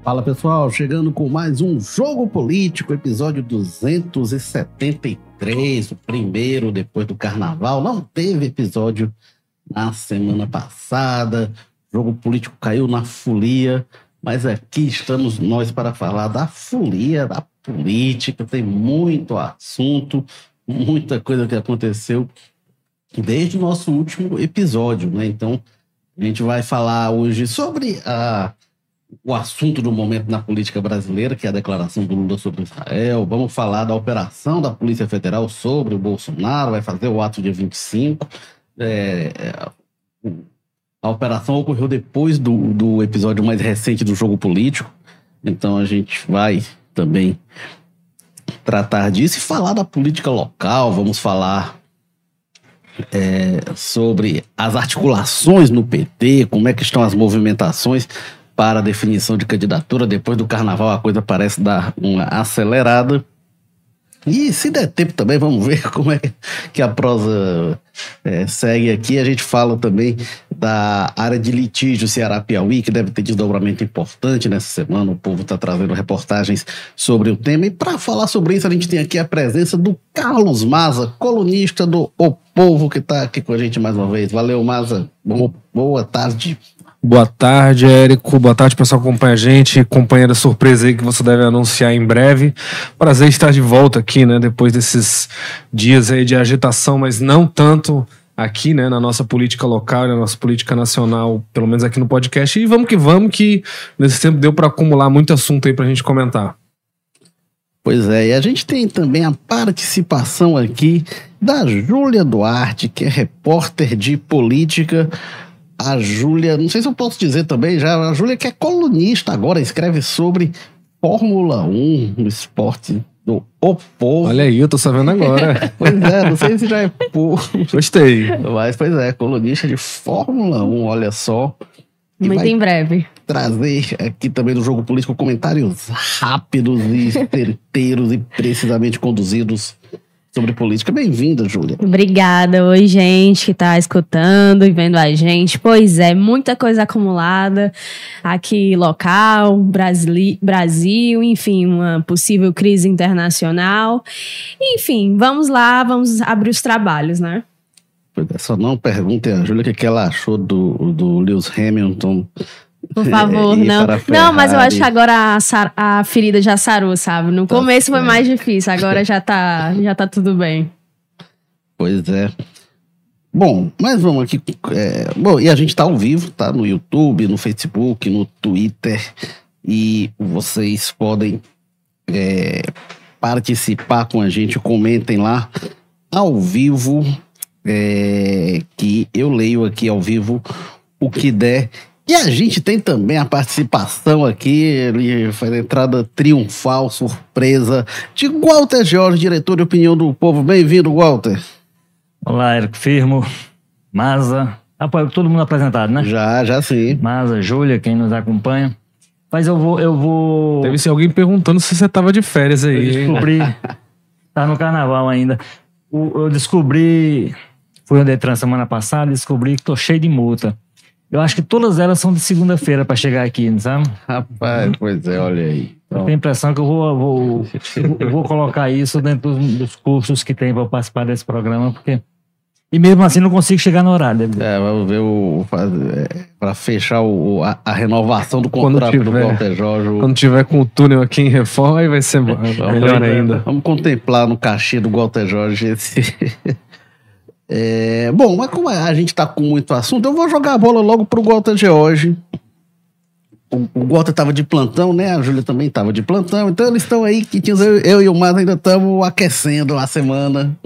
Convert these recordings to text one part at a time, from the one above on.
Fala pessoal, chegando com mais um Jogo Político, episódio 273, o primeiro depois do carnaval. Não teve episódio na semana passada, o Jogo Político caiu na folia, mas aqui estamos nós para falar da folia, da política. Tem muito assunto, muita coisa que aconteceu desde o nosso último episódio, né? Então, a gente vai falar hoje sobre o assunto do momento na política brasileira, que é a declaração do Lula sobre Israel. Vamos falar da operação da Polícia Federal sobre o Bolsonaro, vai fazer o ato dia 25. A operação ocorreu depois do episódio mais recente do Jogo Político, então a gente vai também tratar disso e falar da política local. Vamos falar sobre as articulações no PT, como é que estão as movimentações para a definição de candidatura. Depois do carnaval a coisa parece dar uma acelerada. E se der tempo também, vamos ver como é que a prosa segue aqui. A gente fala também da área de litígio Ceará-Piauí, que deve ter desdobramento importante nessa semana. O povo está trazendo reportagens sobre o tema. E para falar sobre isso, a gente tem aqui a presença do Carlos Maza, colunista do O Povo, que está aqui com a gente mais uma vez. Valeu, Maza. Boa tarde. Boa tarde, Érico. Boa tarde, pessoal que acompanha a gente. Companheira surpresa aí que você deve anunciar em breve. Prazer estar de volta aqui, né? Depois desses dias aí de agitação, mas não tanto aqui, né? Na nossa política local, na nossa política nacional, pelo menos aqui no podcast. E vamos, que nesse tempo deu para acumular muito assunto aí pra gente comentar. Pois é, e a gente tem também a participação aqui da Júlia Duarte, que é repórter de política. A Júlia, não sei se eu posso dizer também já, a Júlia que é colunista agora, escreve sobre Fórmula 1, o esporte do O Povo. Olha aí, eu tô sabendo agora. Pois é, não sei se já é Gostei. Mas, pois é, colunista de Fórmula 1, olha só. Muito em breve. Trazer aqui também do Jogo Político comentários rápidos e certeiros e precisamente conduzidos sobre política. Bem-vinda, Júlia. Obrigada. Oi, gente que tá escutando e vendo a gente. Pois é, muita coisa acumulada aqui local, Brasil, enfim, uma possível crise internacional. Enfim, vamos lá, vamos abrir os trabalhos, né? Só não perguntem a Júlia o que ela achou do Lewis Hamilton. Por favor, não. Não, mas eu acho que agora a ferida já sarou, sabe? No começo foi mais difícil, agora já tá tudo bem. Pois é. Bom, mas vamos aqui. Bom, e a gente tá ao vivo, tá? No YouTube, no Facebook, no Twitter. E vocês podem participar com a gente, comentem lá ao vivo, que eu leio aqui ao vivo o que der. E a gente tem também a participação aqui, ele faz a entrada triunfal, surpresa, de Walter Jorge, diretor de Opinião do Povo. Bem-vindo, Walter. Olá, Érico Firmo, Maza, todo mundo apresentado, né? Já sim. Maza, Júlia, quem nos acompanha. Mas eu vou... Deve ser alguém perguntando se você tava de férias aí. Eu descobri, tá no carnaval ainda. Eu descobri, fui ao Detran semana passada, descobri que tô cheio de multa. Eu acho que todas elas são de segunda-feira para chegar aqui, não sabe? Rapaz, pois é, olha aí. Eu tenho a impressão que eu vou colocar isso dentro dos custos que tem para participar desse programa, porque... E mesmo assim não consigo chegar no horário. Vamos ver para fechar a renovação do contrato do Walter Jorge. Quando tiver com o túnel aqui em reforma, aí vai ser melhor ainda. Vamos contemplar no cachê do Walter Jorge esse... Bom, mas como a gente tá com muito assunto, eu vou jogar a bola logo pro Walter Jorge. O Walter tava de plantão, né? A Júlia também tava de plantão. Então eles estão aí, eu e o Maza ainda estamos aquecendo a semana.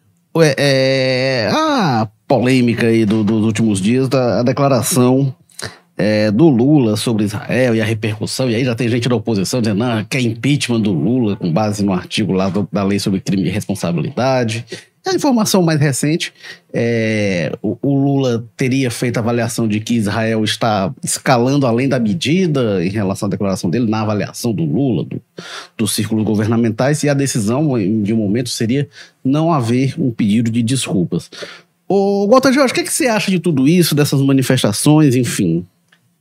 A polêmica aí dos últimos dias, da declaração do Lula sobre Israel e a repercussão. E aí já tem gente da oposição dizendo que é impeachment do Lula, com base no artigo lá da lei sobre crime de responsabilidade. A informação mais recente, o Lula teria feito a avaliação de que Israel está escalando além da medida em relação à declaração dele, na avaliação do Lula, dos círculos governamentais, e a decisão, de um momento, seria não haver um pedido de desculpas. Walter Jorge, o que você acha de tudo isso, dessas manifestações, enfim?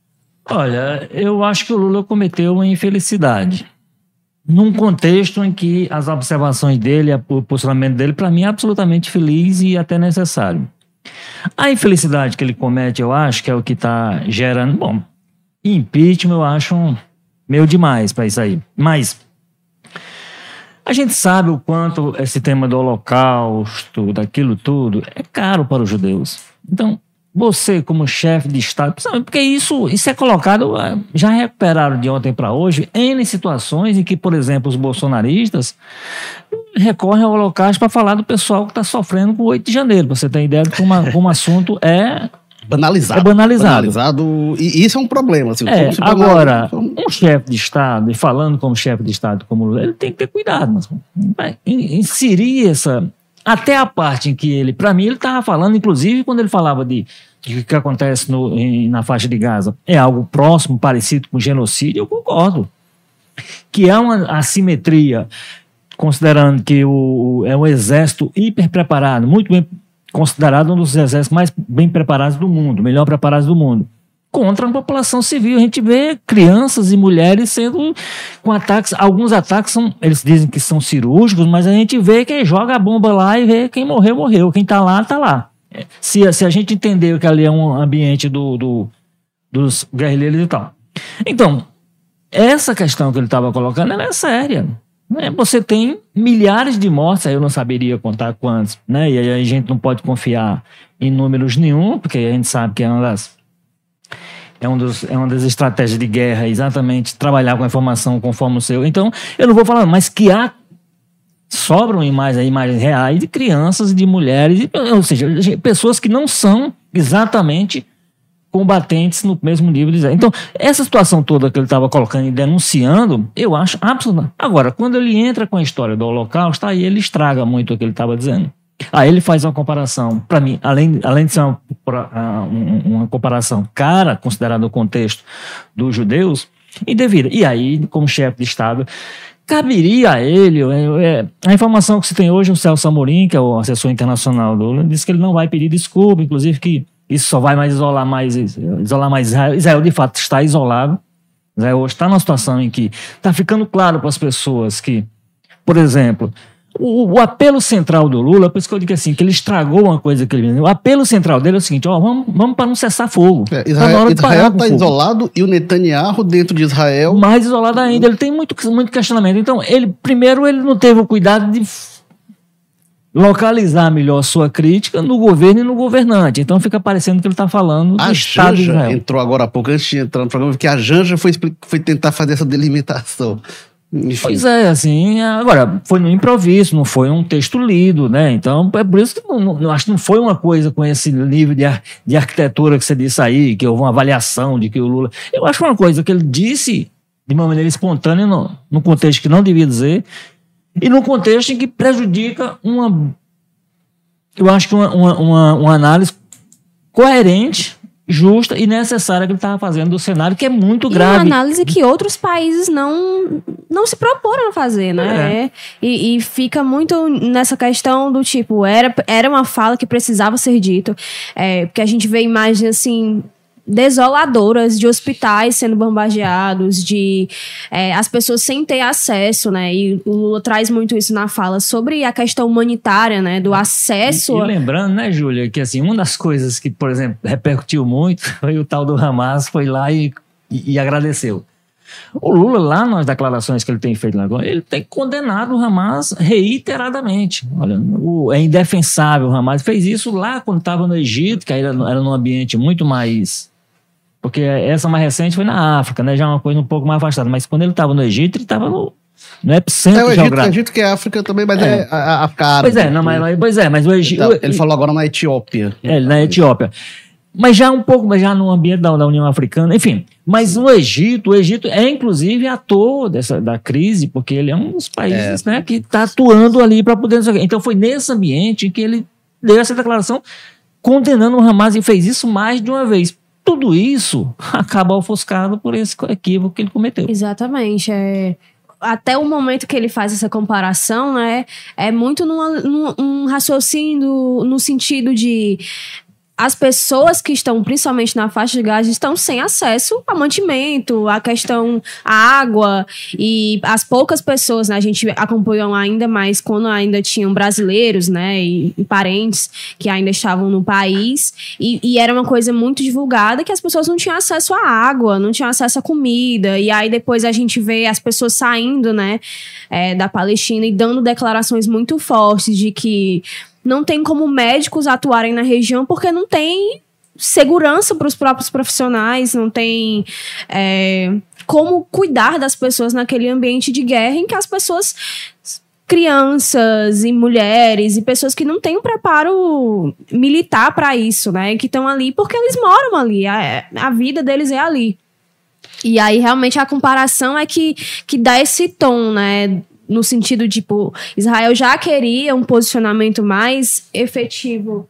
Olha, eu acho que o Lula cometeu uma infelicidade. Num contexto em que as observações dele, o posicionamento dele, para mim, é absolutamente feliz e até necessário. A infelicidade que ele comete, eu acho, que é o que está gerando... Bom, impeachment eu acho meio demais para isso aí. Mas a gente sabe o quanto esse tema do holocausto, daquilo tudo, é caro para os judeus. Então, você como chefe de Estado, porque isso é colocado, já recuperaram de ontem para hoje, N situações em que, por exemplo, os bolsonaristas recorrem ao holocausto para falar do pessoal que está sofrendo com o 8 de janeiro, para você ter ideia de como o assunto é banalizado. É banalizado. E isso é um problema. Assim, agora, um chefe de Estado, e falando como chefe de Estado, como Lula, ele tem que ter cuidado. Inserir essa... Até a parte em que ele... Para mim, ele estava falando, inclusive, quando ele falava de o que acontece na faixa de Gaza, é algo próximo, parecido com genocídio, eu concordo. Que há uma assimetria, considerando que é um exército hiper preparado, muito bem considerado um dos exércitos mais bem preparados do mundo, melhor preparados do mundo, contra a população civil. A gente vê crianças e mulheres sendo com ataques, alguns ataques eles dizem que são cirúrgicos, mas a gente vê quem joga a bomba lá e vê quem morreu, morreu, quem tá lá. Se a gente entender que ali é um ambiente dos guerrilheiros e tal. Então, essa questão que ele estava colocando, ela é séria. Você tem milhares de mortes, aí eu não saberia contar quantos, né? E aí a gente não pode confiar em números nenhum, porque a gente sabe que é uma das estratégias de guerra, exatamente trabalhar com a informação conforme o seu. Então, eu não vou falar, mas que sobram imagens reais de crianças, de mulheres, ou seja, pessoas que não são exatamente combatentes no mesmo nível de... Então, essa situação toda que ele estava colocando e denunciando, eu acho absolutamente... Agora, quando ele entra com a história do Holocausto, aí ele estraga muito o que ele estava dizendo. Aí ele faz uma comparação, para mim, além de ser uma comparação cara, considerado o contexto dos judeus, indevida. E aí, como chefe de Estado, caberia a ele... a informação que se tem hoje, o Celso Amorim, que é o assessor internacional do Lula, disse que ele não vai pedir desculpa, inclusive que isso só vai isolar mais Israel. Israel, de fato, está isolado. Israel hoje está numa situação em que está ficando claro para as pessoas que, por exemplo, o apelo central do Lula, por isso que eu digo assim, que ele estragou uma coisa que ele... O apelo central dele é o seguinte, vamos para não cessar fogo. Israel está isolado e o Netanyahu dentro de Israel... Mais isolado ainda, ele tem muito questionamento. Então, ele não teve o cuidado de localizar melhor sua crítica no governo e no governante. Então fica parecendo que ele está falando do Estado de Israel. Entrou agora há pouco, antes de entrar no programa, que a Janja foi tentar fazer essa delimitação. Enfim. Pois é, assim, agora, foi no improviso, não foi um texto lido, né? Então, é por isso que eu acho que não foi uma coisa com esse nível de arquitetura que você disse aí, que houve uma avaliação de que o Lula... Eu acho uma coisa que ele disse de uma maneira espontânea, no contexto que não devia dizer, e num contexto em que prejudica eu acho que uma análise coerente, justa e necessária que ele estava fazendo do cenário, que é muito grave. Uma análise que outros países não se proporam a fazer, né? E fica muito nessa questão do tipo, era uma fala que precisava ser dito, porque a gente vê imagens assim... desoladoras de hospitais sendo bombardeados, de as pessoas sem ter acesso, né? E o Lula traz muito isso na fala sobre a questão humanitária, né? Do acesso... E lembrando, né, Júlia, que assim, uma das coisas que, por exemplo, repercutiu muito foi o tal do Hamas foi lá e agradeceu. O Lula, lá nas declarações que ele tem feito lá, ele tem condenado o Hamas reiteradamente. Olha, é indefensável o Hamas. Fez isso lá quando estava no Egito, que era num ambiente muito mais... Porque essa mais recente foi na África, né? Já é uma coisa um pouco mais afastada. Mas quando ele estava no Egito, ele estava no epicentro geográfico. O Egito que é África também, mas é a África árabe. Mas o Egito... Então, ele falou agora na Etiópia. Na Etiópia. Mas já um pouco, mas já no ambiente da União Africana, enfim. Mas o Egito é inclusive ator da crise, porque ele é um dos países né, que está atuando ali para poder... Então foi nesse ambiente em que ele deu essa declaração condenando o Hamas e fez isso mais de uma vez. Tudo isso acaba ofuscado por esse equívoco que ele cometeu. Exatamente. Até o momento que ele faz essa comparação, né, é muito num raciocínio no sentido de as pessoas que estão, principalmente na faixa de Gaza, estão sem acesso a mantimento, a questão à água, e as poucas pessoas, né, a gente acompanhou ainda mais quando ainda tinham brasileiros, né, e parentes que ainda estavam no país, e era uma coisa muito divulgada que as pessoas não tinham acesso à água, não tinham acesso à comida, e aí depois a gente vê as pessoas saindo, né, da Palestina e dando declarações muito fortes de que não tem como médicos atuarem na região porque não tem segurança para os próprios profissionais, não tem como cuidar das pessoas naquele ambiente de guerra em que as pessoas, crianças e mulheres e pessoas que não têm um preparo militar para isso, né, que estão ali porque eles moram ali, a vida deles é ali. E aí realmente a comparação é que dá esse tom, né, no sentido de, tipo, Israel já queria um posicionamento mais efetivo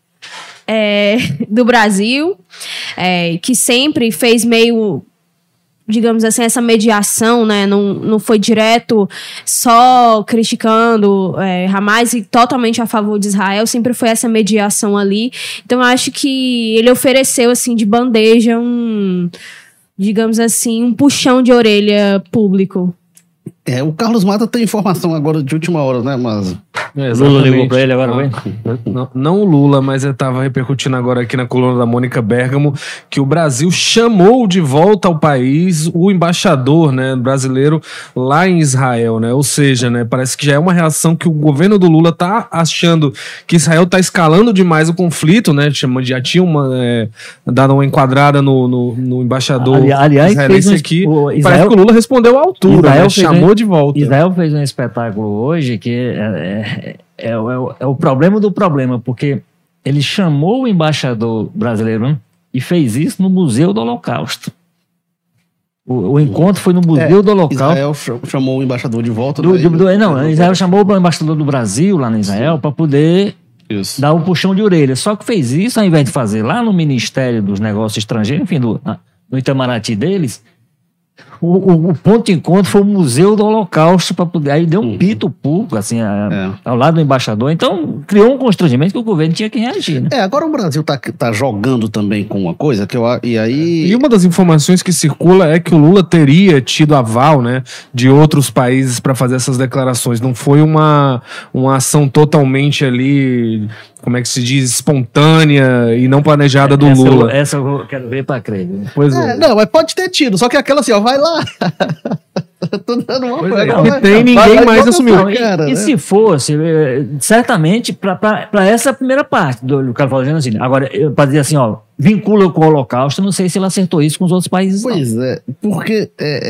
do Brasil, que sempre fez meio, digamos assim, essa mediação, né? Não foi direto só criticando Hamas e totalmente a favor de Israel, sempre foi essa mediação ali. Então eu acho que ele ofereceu, assim, de bandeja digamos assim, um puxão de orelha público. O Carlos Mata tem informação agora de última hora, né, mas... Lula ligou pra ele agora, não o Lula, mas eu estava repercutindo agora aqui na coluna da Mônica Bergamo que o Brasil chamou de volta ao país o embaixador, né, brasileiro lá em Israel, né? Ou seja, né, parece que já é uma reação que o governo do Lula tá achando que Israel tá escalando demais o conflito, né? Já tinha dado uma enquadrada no embaixador israelense aqui. Parece que o Lula respondeu à altura, né? Chamou de volta. Israel fez um espetáculo hoje que é o problema do problema, porque ele chamou o embaixador brasileiro, né, e fez isso no Museu do Holocausto. O encontro foi no Museu do Holocausto. Israel chamou o embaixador de volta. Israel chamou o embaixador do Brasil lá no Israel para poder dar um puxão de orelha. Só que fez isso ao invés de fazer lá no Ministério dos Negócios Estrangeiros, enfim, no Itamaraty deles. O ponto de encontro foi o Museu do Holocausto para poder. Aí deu um pito público, assim, ao lado do embaixador. Então, criou um constrangimento que o governo tinha que reagir, né? Agora o Brasil tá jogando também com uma coisa E uma das informações que circula é que o Lula teria tido aval, né, de outros países para fazer essas declarações. Não foi uma ação totalmente ali, como é que se diz, espontânea e não planejada do Lula. Essa eu quero ver para crer. Pois é. Não, mas pode ter tido, só que aquela assim, vai lá. Tô dando uma coisa. Ninguém mais assumiu. E se fosse, certamente, para essa primeira parte do cara falando assim, agora, para dizer assim, vincula com o Holocausto, não sei se ele acertou isso com os outros países. Pois não. Porque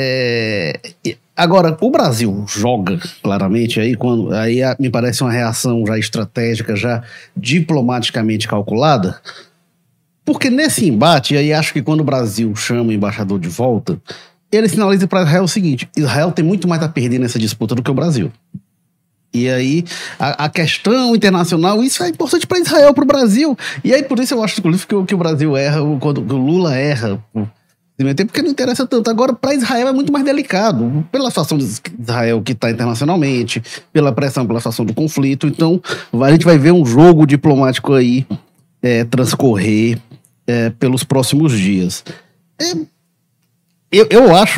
agora, o Brasil joga claramente aí, me parece uma reação já estratégica, já diplomaticamente calculada, porque nesse embate, aí acho que quando o Brasil chama o embaixador de volta, ele sinaliza para Israel o seguinte: Israel tem muito mais a perder nessa disputa do que o Brasil. E aí, a questão internacional, isso é importante para Israel, para o Brasil. E aí, por isso eu acho, inclusive, que o Brasil erra, quando o Lula erra, porque não interessa tanto. Agora, para Israel é muito mais delicado, pela situação de Israel que está internacionalmente, pela pressão, pela situação do conflito. Então, a gente vai ver um jogo diplomático aí transcorrer pelos próximos dias. Eu acho,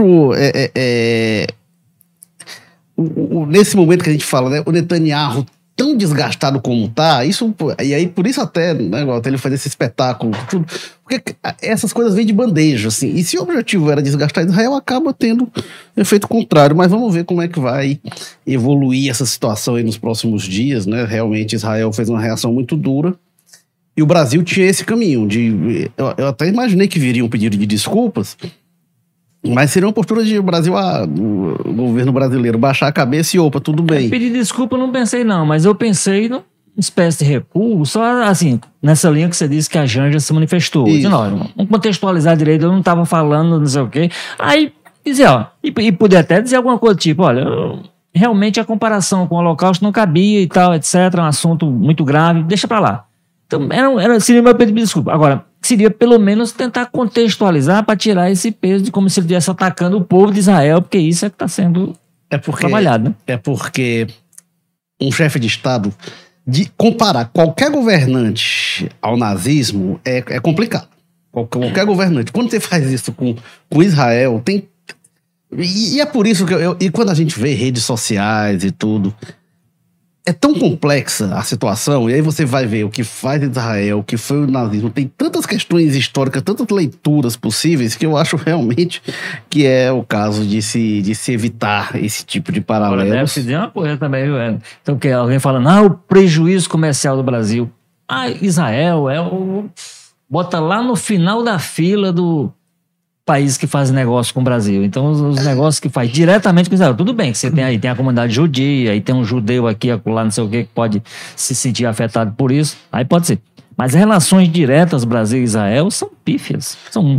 nesse momento que a gente fala, né, o Netanyahu tão desgastado como tá, e aí por isso até, né, ele faz esse espetáculo, tudo, porque essas coisas vêm de bandeja, assim, e se o objetivo era desgastar Israel, acaba tendo efeito contrário, mas vamos ver como é que vai evoluir essa situação aí nos próximos dias, né? Realmente Israel fez uma reação muito dura, e o Brasil tinha esse caminho, eu até imaginei que viria um pedido de desculpas, mas seria uma postura de Brasil, o governo brasileiro baixar a cabeça e opa, tudo bem. Pedir desculpa eu não pensei não, mas eu pensei numa espécie de recuo, só assim, nessa linha que você disse que a Janja se manifestou. Vamos contextualizar direito, eu não estava falando não sei o quê. Aí, dizer, e poder até dizer alguma coisa tipo, olha, realmente a comparação com o Holocausto não cabia e tal, etc, é um assunto muito grave, deixa pra lá. Então, seria meu pedido de desculpa. Agora, seria pelo menos tentar contextualizar para tirar esse peso de como se ele estivesse atacando o povo de Israel, porque isso é que está sendo trabalhado, né? É porque um chefe de Estado de comparar qualquer governante ao nazismo é complicado. Qualquer governante. Quando você faz isso com Israel, tem... E é por isso que e quando a gente vê redes sociais e tudo, é tão complexa a situação, e aí você vai ver o que faz Israel, o que foi o nazismo, tem tantas questões históricas, tantas leituras possíveis, que eu acho realmente que é o caso de se evitar esse tipo de paralelos. Agora deve se dizer uma coisa também, viu? Então, porque alguém fala, não, o prejuízo comercial do Brasil. Israel bota lá no final da fila do país que faz negócio com o Brasil. Então, os negócios que faz diretamente com Israel. Tudo bem que você tem aí, tem a comunidade judia, aí tem um judeu aqui, acolá, não sei o que pode se sentir afetado por isso. Aí pode ser. Mas relações diretas Brasil e Israel são pífias.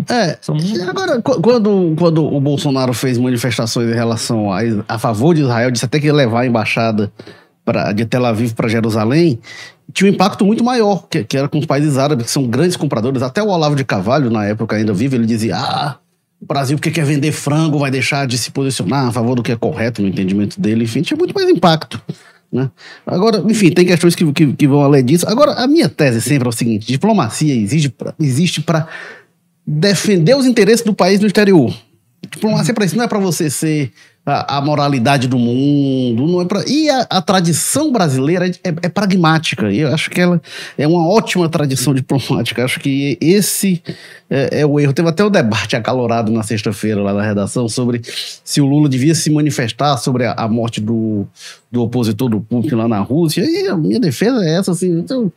Agora, quando o Bolsonaro fez manifestações em relação a favor de Israel, disse até que ia levar a embaixada de Tel Aviv para Jerusalém, tinha um impacto muito maior, que era com os países árabes, que são grandes compradores. Até o Olavo de Carvalho, na época ainda vivo, ele dizia, o Brasil, porque quer vender frango, vai deixar de se posicionar a favor do que é correto no entendimento dele. Enfim, tinha muito mais impacto, né? Agora, enfim, tem questões que vão além disso. Agora, a minha tese sempre é o seguinte: diplomacia existe para defender os interesses do país no exterior. Diplomacia para isso não é para você ser a moralidade do mundo, não é pra... E a tradição brasileira é pragmática, e eu acho que ela é uma ótima tradição diplomática. Eu acho que esse é o erro. Teve até um debate acalorado na sexta-feira lá na redação sobre se o Lula devia se manifestar sobre a morte do opositor do Putin lá na Rússia, e a minha defesa é essa, assim. Então,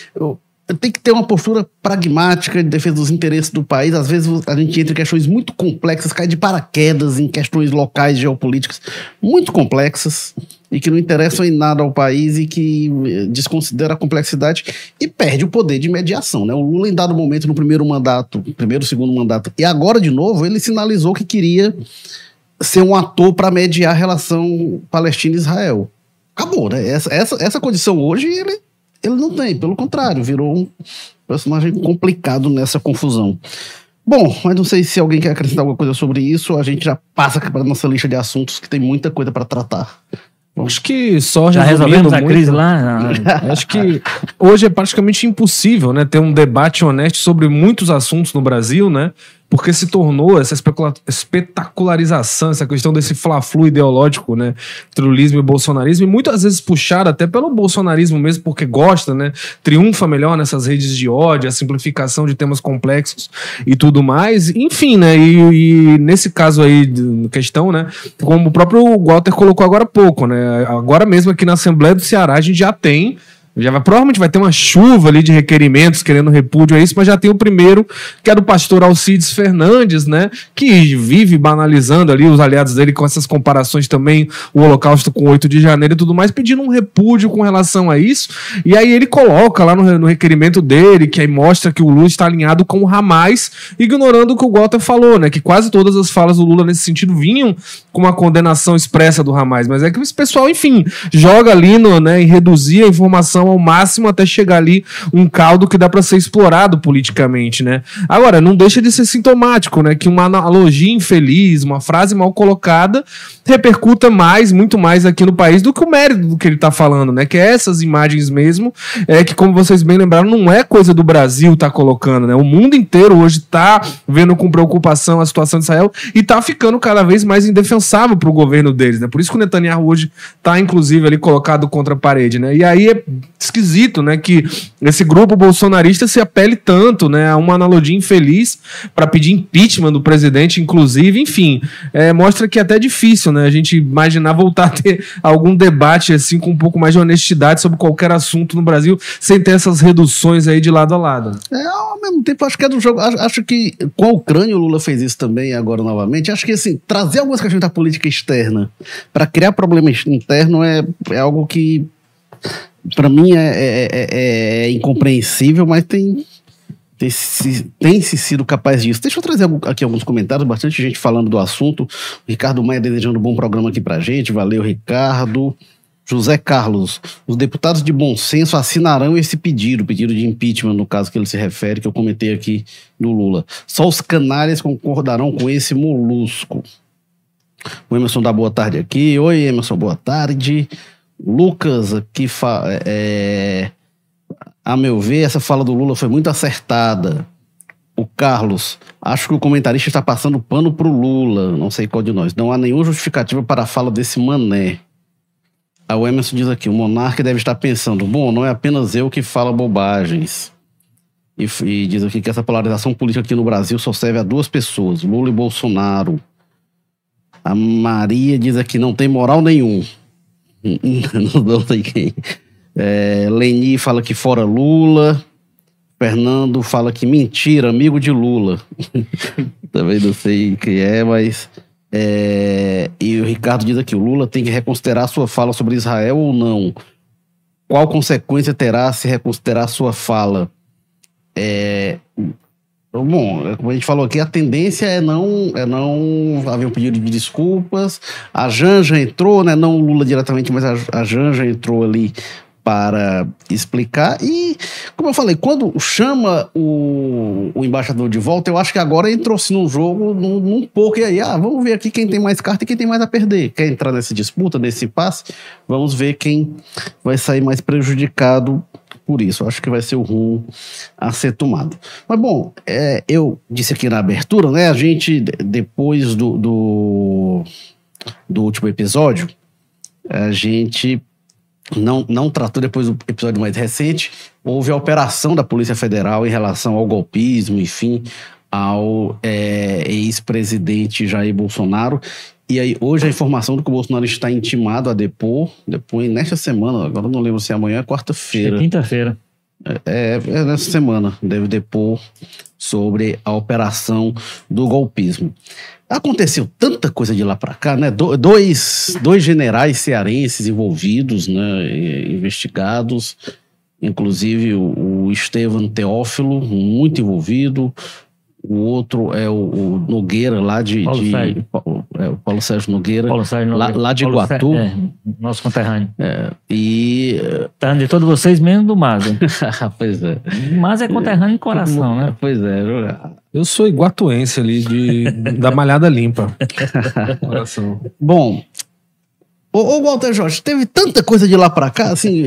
tem que ter uma postura pragmática de defesa dos interesses do país. Às vezes a gente entra em questões muito complexas, cai de paraquedas em questões locais, geopolíticas muito complexas e que não interessam em nada ao país e que desconsidera a complexidade e perde o poder de mediação, né? O Lula, em dado momento, no primeiro, segundo mandato, e agora de novo, ele sinalizou que queria ser um ator para mediar a relação Palestina e Israel. Acabou, né? Essa condição hoje ele não tem, pelo contrário, virou um personagem complicado nessa confusão. Bom, mas não sei se alguém quer acrescentar alguma coisa sobre isso, a gente já passa para a nossa lista de assuntos, que tem muita coisa para tratar. Acho que só já resolvemos a crise lá? Acho que hoje é praticamente impossível, né, ter um debate honesto sobre muitos assuntos no Brasil, né? Porque se tornou essa espetacularização, essa questão desse fla-flu ideológico, né, entre o lulismo e o bolsonarismo, e muitas vezes puxado até pelo bolsonarismo mesmo, porque gosta, né, triunfa melhor nessas redes de ódio, a simplificação de temas complexos e tudo mais, enfim, né, e nesse caso aí, questão, né, como o próprio Walter colocou agora há pouco, né, agora mesmo aqui na Assembleia do Ceará a gente já tem, provavelmente vai ter uma chuva ali de requerimentos querendo repúdio a isso, mas já tem o primeiro, que é do pastor Alcides Fernandes, né, que vive banalizando ali os aliados dele com essas comparações também, o Holocausto com 8 de janeiro e tudo mais, pedindo um repúdio com relação a isso, e aí ele coloca lá no requerimento dele, que aí mostra que o Lula está alinhado com o Hamas, ignorando o que o Walter falou, né, que quase todas as falas do Lula nesse sentido vinham com uma condenação expressa do Hamas, mas é que esse pessoal, enfim, joga ali e reduzir a informação ao máximo até chegar ali um caldo que dá para ser explorado politicamente, né? Agora, não deixa de ser sintomático, né? Que uma analogia infeliz, uma frase mal colocada repercuta muito mais aqui no país do que o mérito do que ele tá falando, né? Que é essas imagens mesmo, que como vocês bem lembraram, não é coisa do Brasil tá colocando, né? O mundo inteiro hoje tá vendo com preocupação a situação de Israel e tá ficando cada vez mais indefensável pro governo deles, né? Por isso que o Netanyahu hoje tá, inclusive, ali colocado contra a parede, né? E aí é esquisito, né, que esse grupo bolsonarista se apele tanto, né, a uma analogia infeliz para pedir impeachment do presidente, inclusive, enfim, mostra que é até difícil, né, a gente imaginar voltar a ter algum debate, assim, com um pouco mais de honestidade sobre qualquer assunto no Brasil, sem ter essas reduções aí de lado a lado. Ao mesmo tempo, acho que é do jogo, acho que com a Ucrânia o Lula fez isso também, agora novamente, acho que, assim, trazer algumas questões da política externa para criar problema interno é algo que para mim é incompreensível, mas tem se sido capaz disso. Deixa eu trazer aqui alguns comentários, bastante gente falando do assunto. O Ricardo Maia desejando um bom programa aqui pra gente. Valeu, Ricardo. José Carlos, os deputados de bom senso assinarão esse pedido de impeachment, no caso que ele se refere, que eu comentei aqui do Lula. Só os canalhas concordarão com esse molusco. O Emerson dá boa tarde aqui. Oi, Emerson, boa tarde. Lucas aqui a meu ver, essa fala do Lula foi muito acertada. O Carlos, acho que o comentarista está passando pano pro Lula, não sei qual de nós. Não há nenhuma justificativa para a fala desse mané. A o Emerson diz aqui, o monarca deve estar pensando, bom, não é apenas eu que falo bobagens. E diz aqui que essa polarização política aqui no Brasil só serve a duas pessoas, Lula e Bolsonaro. A Maria diz aqui, não tem moral nenhum. Não sei quem. Leni fala que fora Lula. Fernando fala que mentira, amigo de Lula. Também não sei quem é, mas... E o Ricardo diz aqui, o Lula tem que reconsiderar sua fala sobre Israel ou não? Qual consequência terá se reconsiderar sua fala? Bom, como a gente falou aqui, a tendência é não haver um pedido de desculpas. A Janja entrou, né? Não o Lula diretamente, mas a Janja entrou ali para explicar. E, como eu falei, quando chama o embaixador de volta, eu acho que agora entrou-se num jogo num pouco, e aí, vamos ver aqui quem tem mais carta e quem tem mais a perder. Quer entrar nessa disputa, nesse impasse? Vamos ver quem vai sair mais prejudicado por isso. Eu acho que vai ser o rumo a ser tomado. Mas, bom, eu disse aqui na abertura, né, a gente, depois do último episódio, a gente... Não tratou, depois do episódio mais recente, houve a operação da Polícia Federal em relação ao golpismo, enfim, ao ex-presidente Jair Bolsonaro. E aí, hoje, a informação de que o Bolsonaro está intimado a depor nesta semana, agora não lembro se é amanhã, é quarta-feira. É quinta-feira. É nessa semana, deve depor sobre a operação do golpismo. Aconteceu tanta coisa de lá para cá, né? Dois generais cearenses envolvidos, né? Investigados, inclusive o Estevam Teófilo, muito envolvido. O outro é o Nogueira, lá de o Paulo Sérgio Nogueira, lá de Iguatu. Nosso conterrâneo. Tá de todos vocês, menos do Maza. Pois é. Mas é conterrâneo de coração, né? Pois é. Eu sou iguatuense ali, da Malhada Limpa. Coração. Bom, ô Walter Jorge, teve tanta coisa de lá pra cá, assim...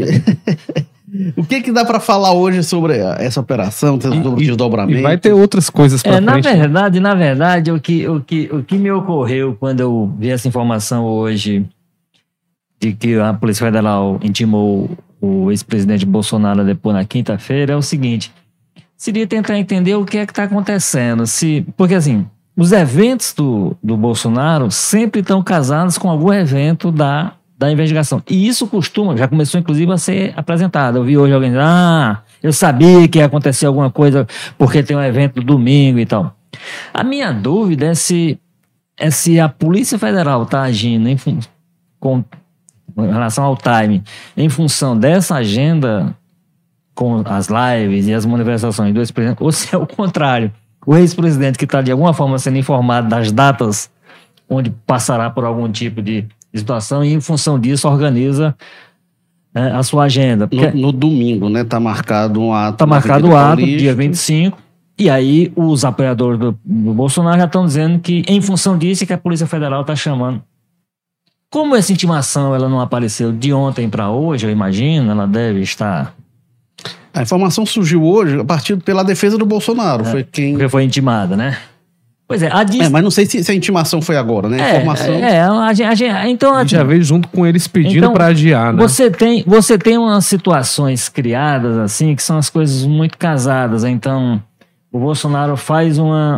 O que dá pra falar hoje sobre essa operação, sobre o desdobramento? E vai ter outras coisas pra frente. Na verdade, o que me ocorreu quando eu vi essa informação hoje de que a Polícia Federal intimou o ex-presidente Bolsonaro a depor na quinta-feira é o seguinte: seria tentar entender o que é que está acontecendo. Porque, assim, os eventos do Bolsonaro sempre estão casados com algum evento da investigação. E isso já começou, inclusive, a ser apresentado. Eu vi hoje alguém dizer, eu sabia que ia acontecer alguma coisa porque tem um evento domingo e tal. A minha dúvida é se a Polícia Federal está agindo em relação ao time, em função dessa agenda com as lives e as manifestações do ex-presidente, ou se é o contrário, o ex-presidente que está de alguma forma sendo informado das datas onde passará por algum tipo de situação e em função disso organiza a sua agenda. No domingo, né? Tá marcado um ato. Tá marcado o ato, dia 25, e aí os apoiadores do Bolsonaro já estão dizendo que em função disso é que a Polícia Federal está chamando. Como essa intimação ela não apareceu de ontem para hoje, eu imagino, ela deve estar... A informação surgiu hoje a partir pela defesa do Bolsonaro. Porque foi intimada, né? Pois é, mas não sei se a intimação foi agora, né? A informação... Então... A gente já veio junto com eles pedindo para adiar, né? Você tem umas situações criadas, assim, que são as coisas muito casadas. Então, o Bolsonaro faz uma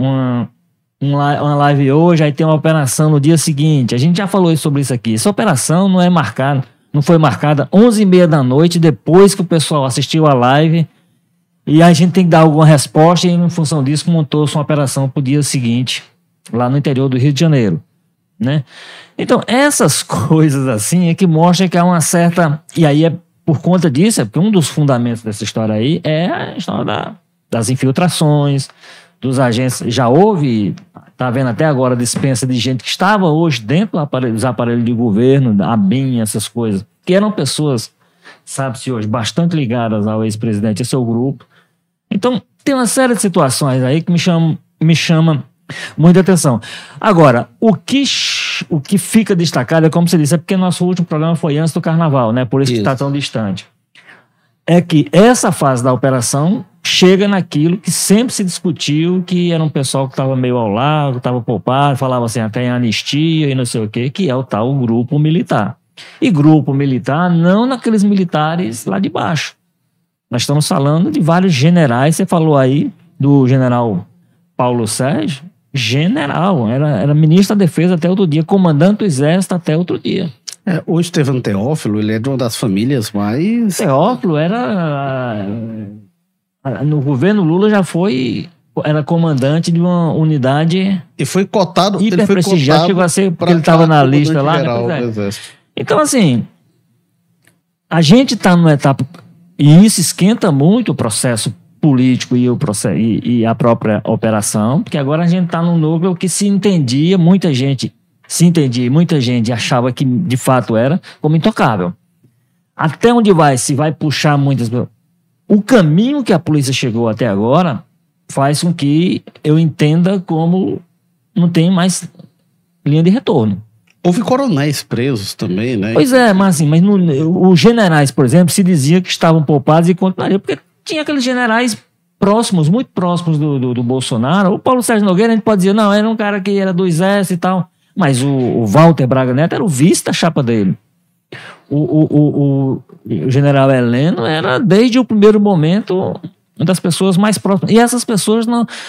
live hoje, aí tem uma operação no dia seguinte. A gente já falou sobre isso aqui. Essa operação não foi marcada 11h30 da noite, depois que o pessoal assistiu a live... E a gente tem que dar alguma resposta e, em função disso, montou-se uma operação para o dia seguinte, lá no interior do Rio de Janeiro, né? Então, essas coisas assim é que mostram que há uma certa... E aí, por conta disso, porque um dos fundamentos dessa história aí é a história das infiltrações, dos agentes... Já houve, está vendo até agora, dispensa de gente que estava hoje dentro dos aparelhos de governo, a BIM, essas coisas, que eram pessoas, sabe-se hoje, bastante ligadas ao ex-presidente e seu grupo. Então, tem uma série de situações aí que me chama muita atenção. Agora, o que o que fica destacado é como você disse, é porque nosso último programa foi antes do Carnaval, né? Por isso que está tão distante. É que essa fase da operação chega naquilo que sempre se discutiu, que era um pessoal que estava meio ao lado, estava poupado, falava assim, até em anistia e não sei o quê, que é o tal grupo militar. E grupo militar não naqueles militares lá de baixo. Nós estamos falando de vários generais, você falou aí do general Paulo Sérgio, general, era ministro da Defesa até outro dia, comandante do Exército até outro dia. O Estevão Teófilo, ele é de uma das famílias mais... Teófilo era... No governo Lula era comandante de uma unidade... E foi cotado... hiper prestigiado, chegou a ser, porque ele estava na lista lá. Né? Então, assim, a gente está numa etapa... E isso esquenta muito o processo político e a própria operação, porque agora a gente está num núcleo que se entendia, muita gente achava que de fato era como intocável. Até onde se vai puxar muitas... O caminho que a polícia chegou até agora faz com que eu entenda como não tem mais linha de retorno. Houve coronéis presos também, né? Pois é, mas os generais, por exemplo, se dizia que estavam poupados e continuariam, porque tinha aqueles generais próximos, muito próximos do Bolsonaro. O Paulo Sérgio Nogueira, a gente pode dizer, não, era um cara que era do Exército e tal, mas o Walter Braga Neto era o vice da chapa dele. O general Heleno era, desde o primeiro momento, uma das pessoas mais próximas. E essas pessoas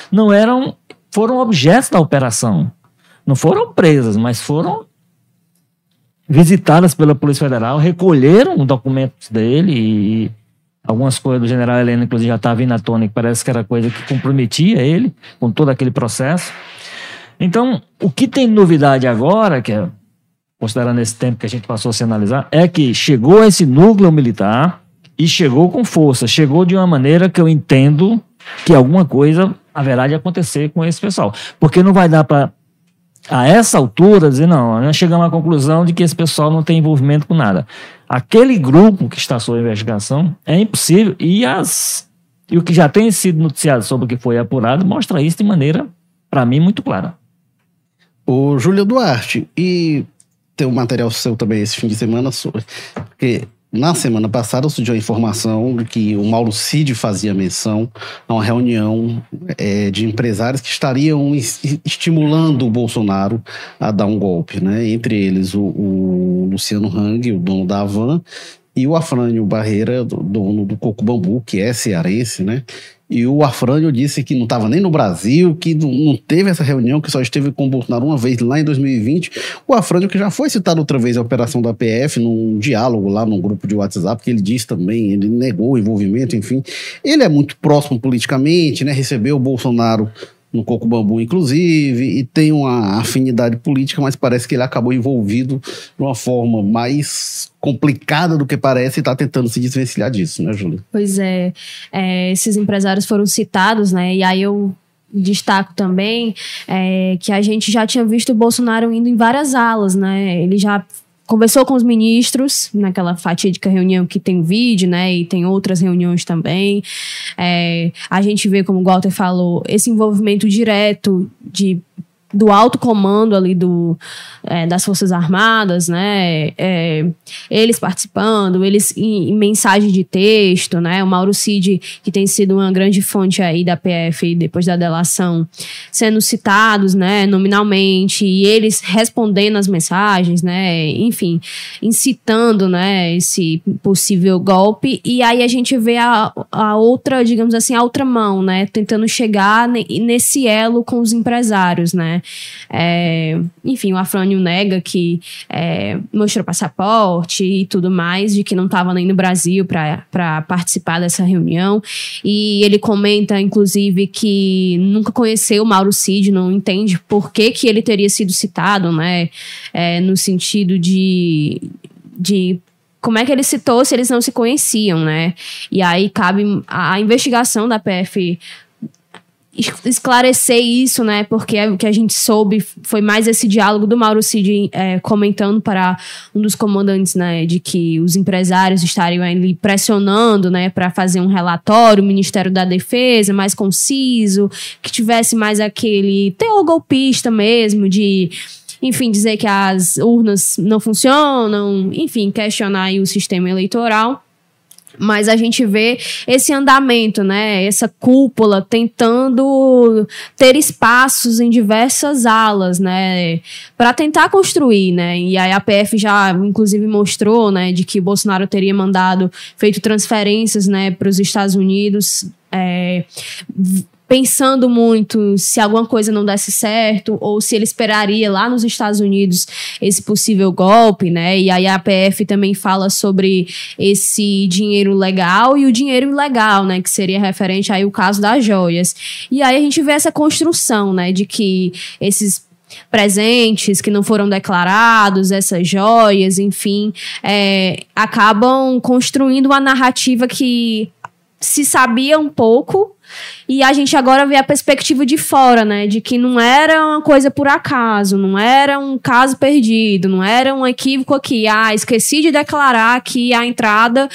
foram objetos da operação. Não foram presas, mas foram visitadas pela Polícia Federal, recolheram documentos dele e algumas coisas do general Heleno, inclusive, já estavam vindo à tona, que parece que era coisa que comprometia ele com todo aquele processo. Então, o que tem novidade agora, que é, considerando esse tempo que a gente passou a se analisar, é que chegou esse núcleo militar e chegou com força, chegou de uma maneira que eu entendo que alguma coisa haverá de acontecer com esse pessoal. Porque não vai dar para, a essa altura, dizer, não, nós chegamos à conclusão de que esse pessoal não tem envolvimento com nada. Aquele grupo que está sob investigação é impossível, e o que já tem sido noticiado sobre o que foi apurado mostra isso de maneira, para mim, muito clara. O Júlio Duarte, e tem um material seu também esse fim de semana sobre... Porque na semana passada surgiu a informação de que o Mauro Cid fazia menção a uma reunião de empresários que estariam estimulando o Bolsonaro a dar um golpe, né? Entre eles o Luciano Hang, o dono da Havan, e o Afrânio Barreira, dono do Coco Bambu, que é cearense, né? E o Afrânio disse que não estava nem no Brasil, que não teve essa reunião, que só esteve com o Bolsonaro uma vez lá em 2020. O Afrânio, que já foi citado outra vez a operação da PF, num diálogo lá num grupo de WhatsApp, que ele disse também, ele negou o envolvimento, enfim. Ele é muito próximo politicamente, né? Recebeu o Bolsonaro no Coco Bambu, inclusive, e tem uma afinidade política, mas parece que ele acabou envolvido de uma forma mais complicada do que parece e está tentando se desvencilhar disso, né, Júlia? Pois é, esses empresários foram citados, né, e aí eu destaco também que a gente já tinha visto o Bolsonaro indo em várias alas, né, ele já conversou com os ministros naquela fatídica reunião que tem vídeo, né? E tem outras reuniões também. A gente vê, como o Walter falou, esse envolvimento direto do alto comando ali das Forças Armadas, né? Eles participando, eles em mensagem de texto, né? O Mauro Cid, que tem sido uma grande fonte aí da PF depois da delação, sendo citados, né? Nominalmente, e eles respondendo as mensagens, né? Enfim, incitando, né? Esse possível golpe. E aí a gente vê a outra, digamos assim, a outra mão, né? Tentando chegar nesse elo com os empresários, né? Enfim, o Afrânio nega que mostrou passaporte e tudo mais, de que não estava nem no Brasil para participar dessa reunião, e ele comenta inclusive que nunca conheceu o Mauro Cid, não entende por que ele teria sido citado, né? No sentido de como é que ele citou se eles não se conheciam, né? E aí cabe a investigação da PF esclarecer isso, né? Porque o que a gente soube foi mais esse diálogo do Mauro Cid comentando para um dos comandantes, né, de que os empresários estariam ali pressionando, né, para fazer um relatório, o Ministério da Defesa mais conciso, que tivesse mais aquele teor golpista mesmo, de, enfim, dizer que as urnas não funcionam, enfim, questionar aí o sistema eleitoral. Mas a gente vê esse andamento, né? Essa cúpula tentando ter espaços em diversas alas, né? Para tentar construir, né? E aí a PF já, inclusive, mostrou, né? De que Bolsonaro teria feito transferências, né? Para os Estados Unidos, pensando muito se alguma coisa não desse certo ou se ele esperaria lá nos Estados Unidos esse possível golpe, né? E aí a PF também fala sobre esse dinheiro legal e o dinheiro ilegal, né? Que seria referente aí ao caso das joias. E aí a gente vê essa construção, né? De que esses presentes que não foram declarados, essas joias, enfim, acabam construindo uma narrativa que se sabia um pouco. E a gente agora vê a perspectiva de fora, né? De que não era uma coisa por acaso, não era um caso perdido, não era um equívoco aqui. Esqueci de declarar aqui a entrada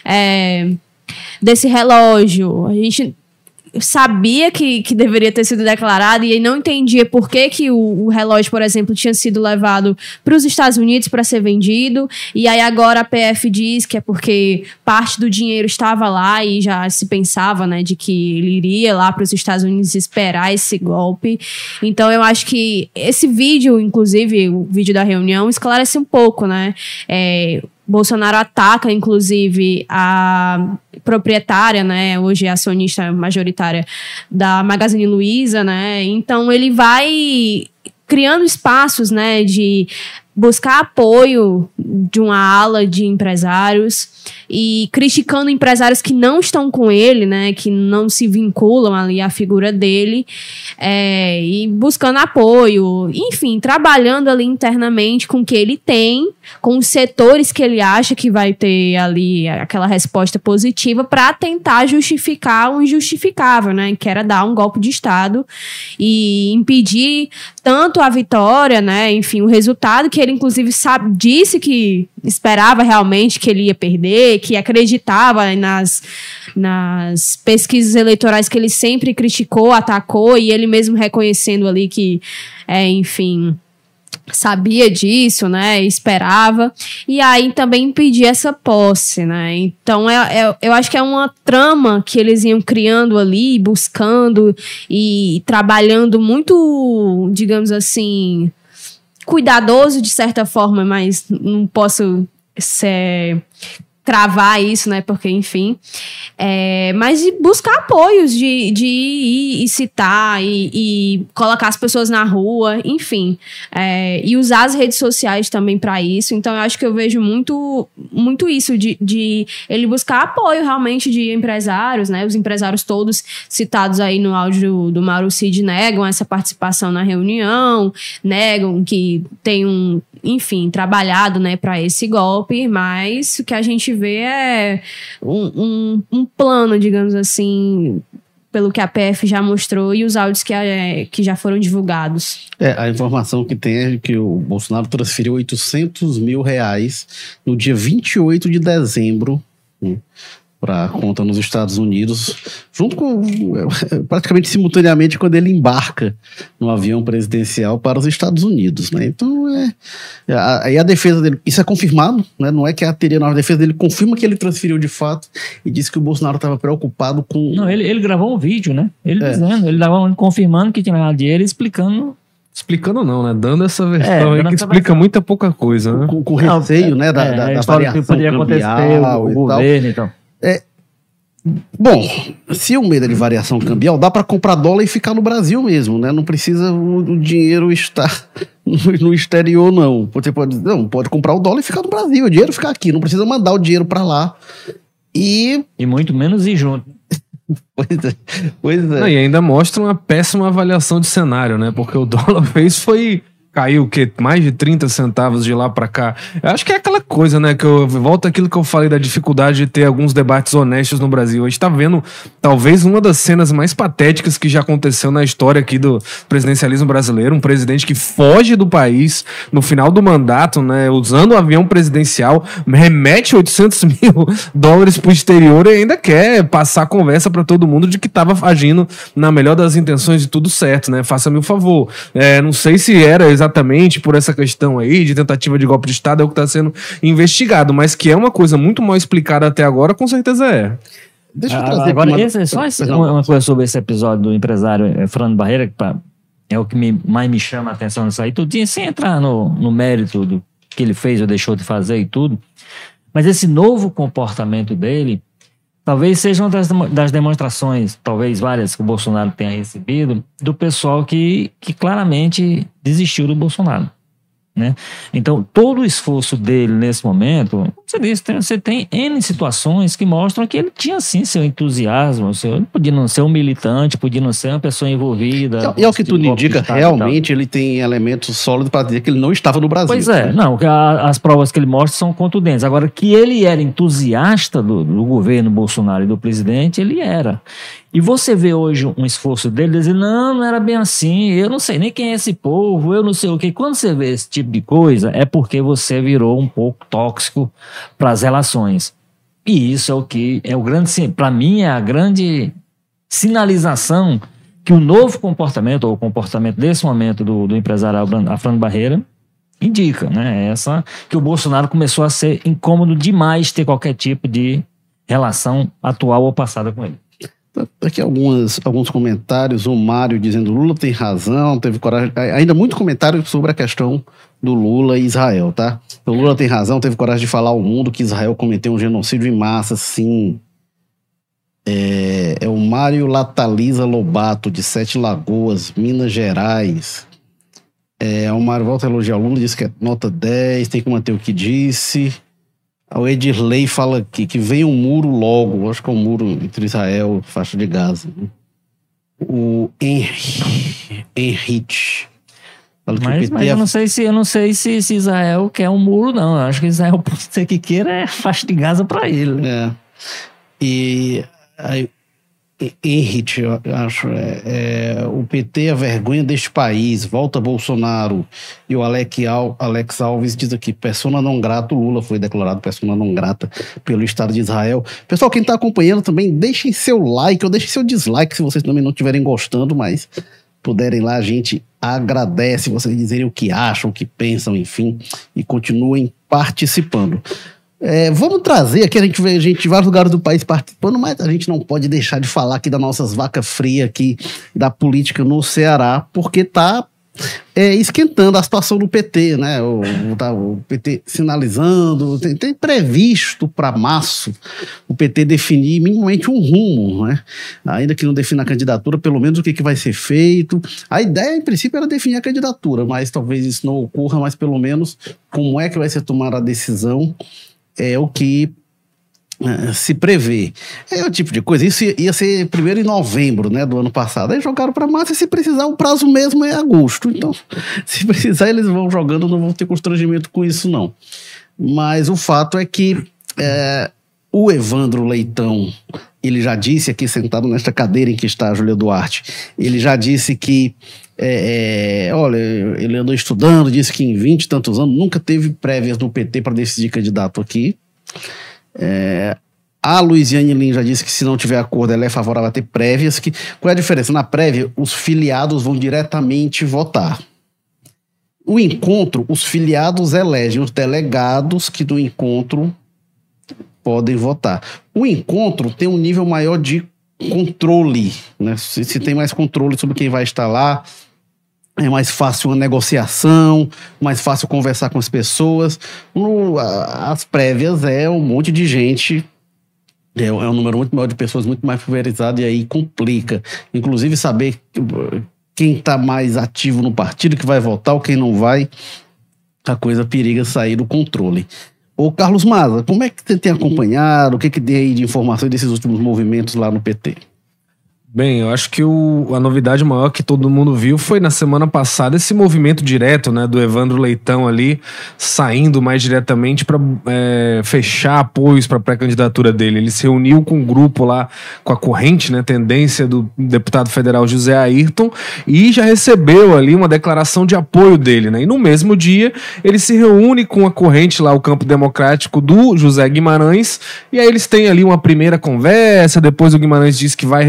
desse relógio. A gente sabia que deveria ter sido declarado e não entendia por que o relógio, por exemplo, tinha sido levado para os Estados Unidos para ser vendido. E aí agora a PF diz que é porque parte do dinheiro estava lá e já se pensava, né, de que ele iria lá para os Estados Unidos esperar esse golpe. Então eu acho que esse vídeo, inclusive o vídeo da reunião, esclarece um pouco, né? Bolsonaro ataca, inclusive, a proprietária, né, hoje é acionista majoritária da Magazine Luiza, né, então ele vai criando espaços, né, de buscar apoio de uma ala de empresários e criticando empresários que não estão com ele, né, que não se vinculam ali à figura dele, e buscando apoio, enfim, trabalhando ali internamente com o que ele tem, com os setores que ele acha que vai ter ali aquela resposta positiva para tentar justificar o injustificável, né, que era dar um golpe de Estado e impedir tanto a vitória, né, enfim, o resultado que ele inclusive disse que esperava realmente que ele ia perder, que acreditava nas pesquisas eleitorais que ele sempre criticou, atacou, e ele mesmo reconhecendo ali que, enfim, sabia disso, né, esperava, e aí também impedir essa posse, né, então eu acho que é uma trama que eles iam criando ali, buscando e trabalhando muito, digamos assim, cuidadoso de certa forma, mas não posso cravar isso, né, porque enfim, mas de buscar apoios, de ir e citar e colocar as pessoas na rua, enfim, e usar as redes sociais também para isso. Então eu acho que eu vejo muito isso de ele buscar apoio realmente de empresários, né, os empresários todos citados aí no áudio do Mauro Cid negam essa participação na reunião, negam que tem enfim, trabalhado, né, para esse golpe, mas o que a gente vê é um plano, digamos assim, pelo que a PF já mostrou e os áudios que já foram divulgados. A informação que tem é que o Bolsonaro transferiu R$800 mil no dia 28 de dezembro, para a conta nos Estados Unidos, junto com, praticamente simultaneamente, quando ele embarca no avião presidencial para os Estados Unidos, né? Então, aí a defesa dele, isso é confirmado, né? Não é que a teoria, a defesa dele confirma que ele transferiu de fato e disse que o Bolsonaro estava preocupado com... Não, ele gravou um vídeo, né? Ele dizendo, ele estava confirmando que tinha levado dinheiro e explicando... Explicando não, né? Dando essa versão aí que explica muita pouca coisa, né? Com receio, né? Da variação que poderia acontecer, o governo e tal. Bom, se o medo é de variação cambial, dá para comprar dólar e ficar no Brasil mesmo, né? Não precisa o dinheiro estar no exterior, não. Você pode comprar o dólar e ficar no Brasil, o dinheiro ficar aqui, não precisa mandar o dinheiro para lá. E muito menos ir junto. Pois é. Não, e ainda mostra uma péssima avaliação de cenário, né? Porque o dólar caiu o quê? Mais de 30 centavos de lá pra cá. Eu acho que é aquela coisa, né? Que eu volto àquilo que eu falei da dificuldade de ter alguns debates honestos no Brasil. A gente tá vendo, talvez, uma das cenas mais patéticas que já aconteceu na história aqui do presidencialismo brasileiro. Um presidente que foge do país no final do mandato, né? Usando o avião presidencial, remete $800 mil pro exterior e ainda quer passar a conversa pra todo mundo de que tava agindo na melhor das intenções de tudo certo, né? Faça-me o favor. Não sei se era exatamente por essa questão aí de tentativa de golpe de Estado, é o que está sendo investigado, mas que é uma coisa muito mal explicada até agora, com certeza é. Deixa eu trazer agora, uma coisa sobre esse episódio do empresário Fernando Barreira, que é o que mais me chama a atenção nisso aí, tudinho, sem entrar no mérito do que ele fez ou deixou de fazer e tudo, mas esse novo comportamento dele talvez seja uma das demonstrações, talvez várias que o Bolsonaro tenha recebido, do pessoal que claramente desistiu do Bolsonaro, né? Então, todo o esforço dele nesse momento, você tem N situações que mostram que ele tinha sim seu entusiasmo, ele podia não ser um militante, podia não ser uma pessoa envolvida. E é o que tudo indica, realmente ele tem elementos sólidos para dizer que ele não estava no Brasil. Pois é, não, as provas que ele mostra são contundentes. Agora, que ele era entusiasta do governo Bolsonaro e do presidente, ele era. E você vê hoje um esforço dele dizer, não era bem assim, eu não sei nem quem é esse povo, eu não sei o quê. Quando você vê esse tipo de coisa, é porque você virou um pouco tóxico para as relações. E isso é o que é o grande, para mim, é a grande sinalização que o novo comportamento, ou o comportamento desse momento do empresário Fernando Barreira, indica, né? Que o Bolsonaro começou a ser incômodo demais ter qualquer tipo de relação atual ou passada com ele. Aqui alguns comentários, o Mário dizendo Lula tem razão, teve coragem, ainda muito comentário sobre a questão do Lula e Israel, tá? O Lula tem razão, teve coragem de falar ao mundo que Israel cometeu um genocídio em massa, sim. É o Mário Lataliza Lobato, de Sete Lagoas, Minas Gerais. O Mário volta a elogiar o Lula, diz que é nota 10, tem que manter o que disse. O Edirley fala aqui que vem um muro logo, acho que é um muro entre Israel e faixa de Gaza. Né? O Henrich fala que mas eu não sei se Israel quer um muro, não. Eu acho que Israel pode ser que queira é faixa de Gaza para ele. Né? E aí, Henrich, eu acho, o PT é a vergonha deste país, volta Bolsonaro. E o Alex Alves diz aqui, persona não grata, o Lula foi declarado persona não grata pelo Estado de Israel. Pessoal, quem está acompanhando também, deixem seu like ou deixem seu dislike se vocês também não estiverem gostando, mas puderem lá, a gente agradece vocês dizerem o que acham, o que pensam, enfim, e continuem participando. Vamos trazer aqui, a gente vê gente de vários lugares do país participando, mas a gente não pode deixar de falar aqui das nossas vacas frias aqui, da política no Ceará, porque tá esquentando a situação do PT, né? O PT sinalizando, tem previsto para março o PT definir minimamente um rumo, né? Ainda que não defina a candidatura, pelo menos o que vai ser feito. A ideia, em princípio, era definir a candidatura, mas talvez isso não ocorra, mas pelo menos como é que vai ser tomada a decisão é o que se prevê. É o tipo de coisa. Isso ia ser primeiro em novembro, né, do ano passado. Aí jogaram para março e se precisar o prazo mesmo é agosto. Então, se precisar eles vão jogando, não vão ter constrangimento com isso não. Mas o fato é que o Evandro Leitão, ele já disse aqui sentado nesta cadeira em que está a Júlia Duarte, ele já disse que olha, ele andou estudando, disse que em 20 e tantos anos nunca teve prévias no PT para decidir candidato aqui. A Luiziane Lins já disse que se não tiver acordo ela é favorável a ter prévias. Qual é a diferença? Na prévia, os filiados vão diretamente votar. O encontro, os filiados elegem os delegados que do encontro podem votar. O encontro tem um nível maior de controle, né? Se tem mais controle sobre quem vai estar lá, é mais fácil uma negociação, mais fácil conversar com as pessoas. As prévias um monte de gente, um número muito maior de pessoas, muito mais pulverizado, e aí complica. Inclusive saber quem está mais ativo no partido, que vai votar ou quem não vai, a coisa periga sair do controle. Ô Carlos Maza, como é que você tem acompanhado? O que tem aí de informações desses últimos movimentos lá no PT? Bem, eu acho que a novidade maior que todo mundo viu foi na semana passada esse movimento direto, né, do Evandro Leitão ali, saindo mais diretamente para fechar apoios para a pré-candidatura dele. Ele se reuniu com um grupo lá, com a corrente, né, tendência do deputado federal José Ayrton, e já recebeu ali uma declaração de apoio dele, né? E no mesmo dia ele se reúne com a corrente lá, o Campo Democrático do José Guimarães, e aí eles têm ali uma primeira conversa. Depois o Guimarães diz que vai receber a Luiz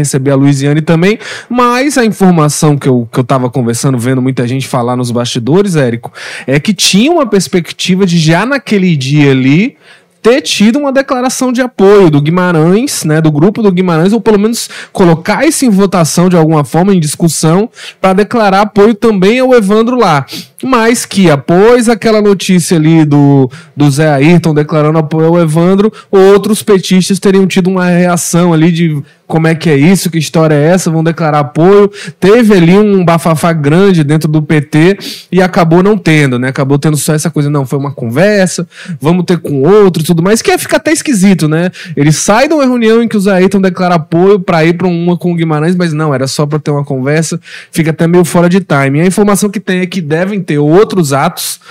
Luiziane também, mas a informação que eu tava conversando, vendo muita gente falar nos bastidores, Érico, é que tinha uma perspectiva de já naquele dia ali ter tido uma declaração de apoio do Guimarães, né, do grupo do Guimarães, ou pelo menos colocar isso em votação de alguma forma, em discussão, para declarar apoio também ao Evandro lá. Mas que após aquela notícia ali do Zé Ayrton declarando apoio ao Evandro, outros petistas teriam tido uma reação ali de como é que é isso, que história é essa, vão declarar apoio. Teve ali um bafafá grande dentro do PT e acabou não tendo, né? Acabou tendo só essa coisa, não, foi uma conversa, vamos ter com outro e tudo mais, que fica até esquisito, né? Ele sai de uma reunião em que o Zé Ayrton declara apoio para ir para uma com o Guimarães, mas não, era só para ter uma conversa, fica até meio fora de time. E a informação que tem é que devem ter outros atos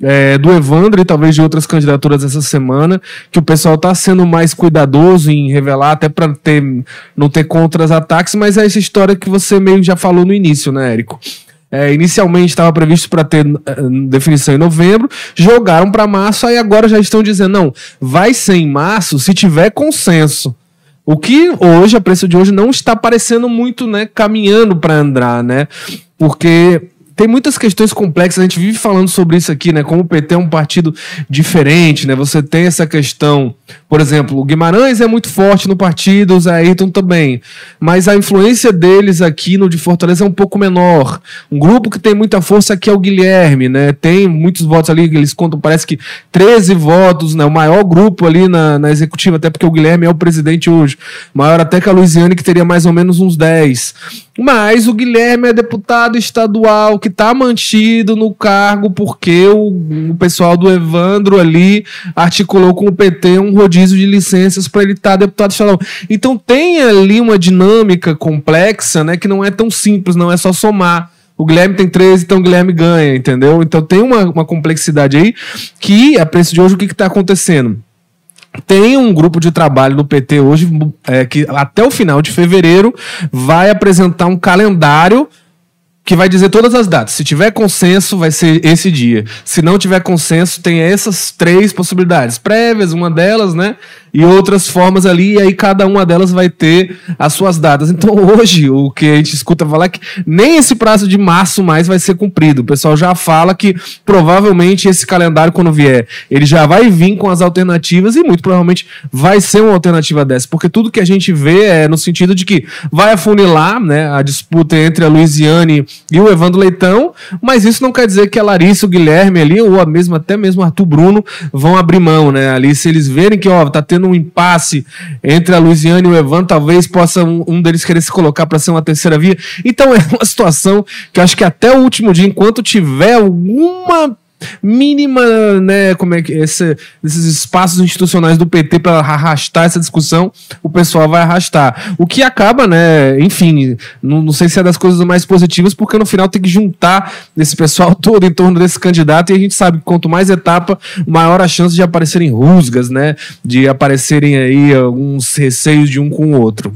do Evandro e talvez de outras candidaturas essa semana, que o pessoal está sendo mais cuidadoso em revelar, até para não ter contra-ataques, mas é essa história que você meio já falou no início, né, Érico? Inicialmente estava previsto para ter definição em novembro, jogaram para março, aí agora já estão dizendo, não, vai ser em março se tiver consenso. O que hoje, a preço de hoje, não está parecendo muito, né, caminhando para andar, né? Porque tem muitas questões complexas, a gente vive falando sobre isso aqui, né? Como o PT é um partido diferente, né? Você tem essa questão, por exemplo, o Guimarães é muito forte no partido, o Zé Ayrton também, mas a influência deles aqui no de Fortaleza é um pouco menor. Um grupo que tem muita força aqui é o Guilherme, né? Tem muitos votos ali, eles contam, parece que 13 votos, né? O maior grupo ali na executiva, até porque o Guilherme é o presidente hoje, maior até que a Luiziane, que teria mais ou menos uns 10. Mas o Guilherme é deputado estadual que está mantido no cargo porque o pessoal do Evandro ali articulou com o PT um rodízio de licenças para ele estar deputado estadual. Então tem ali uma dinâmica complexa, né, que não é tão simples, não é só somar. O Guilherme tem 13, então o Guilherme ganha, entendeu? Então tem uma complexidade aí que, a preço de hoje, o que está acontecendo? Tem um grupo de trabalho do PT hoje que até o final de fevereiro vai apresentar um calendário que vai dizer todas as datas. Se tiver consenso, vai ser esse dia. Se não tiver consenso, tem essas 3 possibilidades. Prévias, uma delas, né? E outras formas ali, e aí cada uma delas vai ter as suas datas. Então hoje, o que a gente escuta falar é que nem esse prazo de março mais vai ser cumprido. O pessoal já fala que provavelmente esse calendário, quando vier, ele já vai vir com as alternativas e muito provavelmente vai ser uma alternativa dessa. Porque tudo que a gente vê é no sentido de que vai afunilar, né, a disputa entre a Luiziane e o Evandro Leitão, mas isso não quer dizer que a Larissa, o Guilherme ali, ou até mesmo Arthur Bruno, vão abrir mão, né? Ali, se eles verem que, tá tendo um impasse entre a Luiziane e o Evandro, talvez possa um deles querer se colocar para ser uma terceira via. Então é uma situação que eu acho que até o último dia, enquanto tiver alguma mínima, né, como é que esses espaços institucionais do PT para arrastar essa discussão, o pessoal vai arrastar. O que acaba, né, enfim, não sei se é das coisas mais positivas, porque no final tem que juntar esse pessoal todo em torno desse candidato, e a gente sabe que quanto mais etapa, maior a chance de aparecerem rusgas, né, de aparecerem aí alguns receios de um com o outro.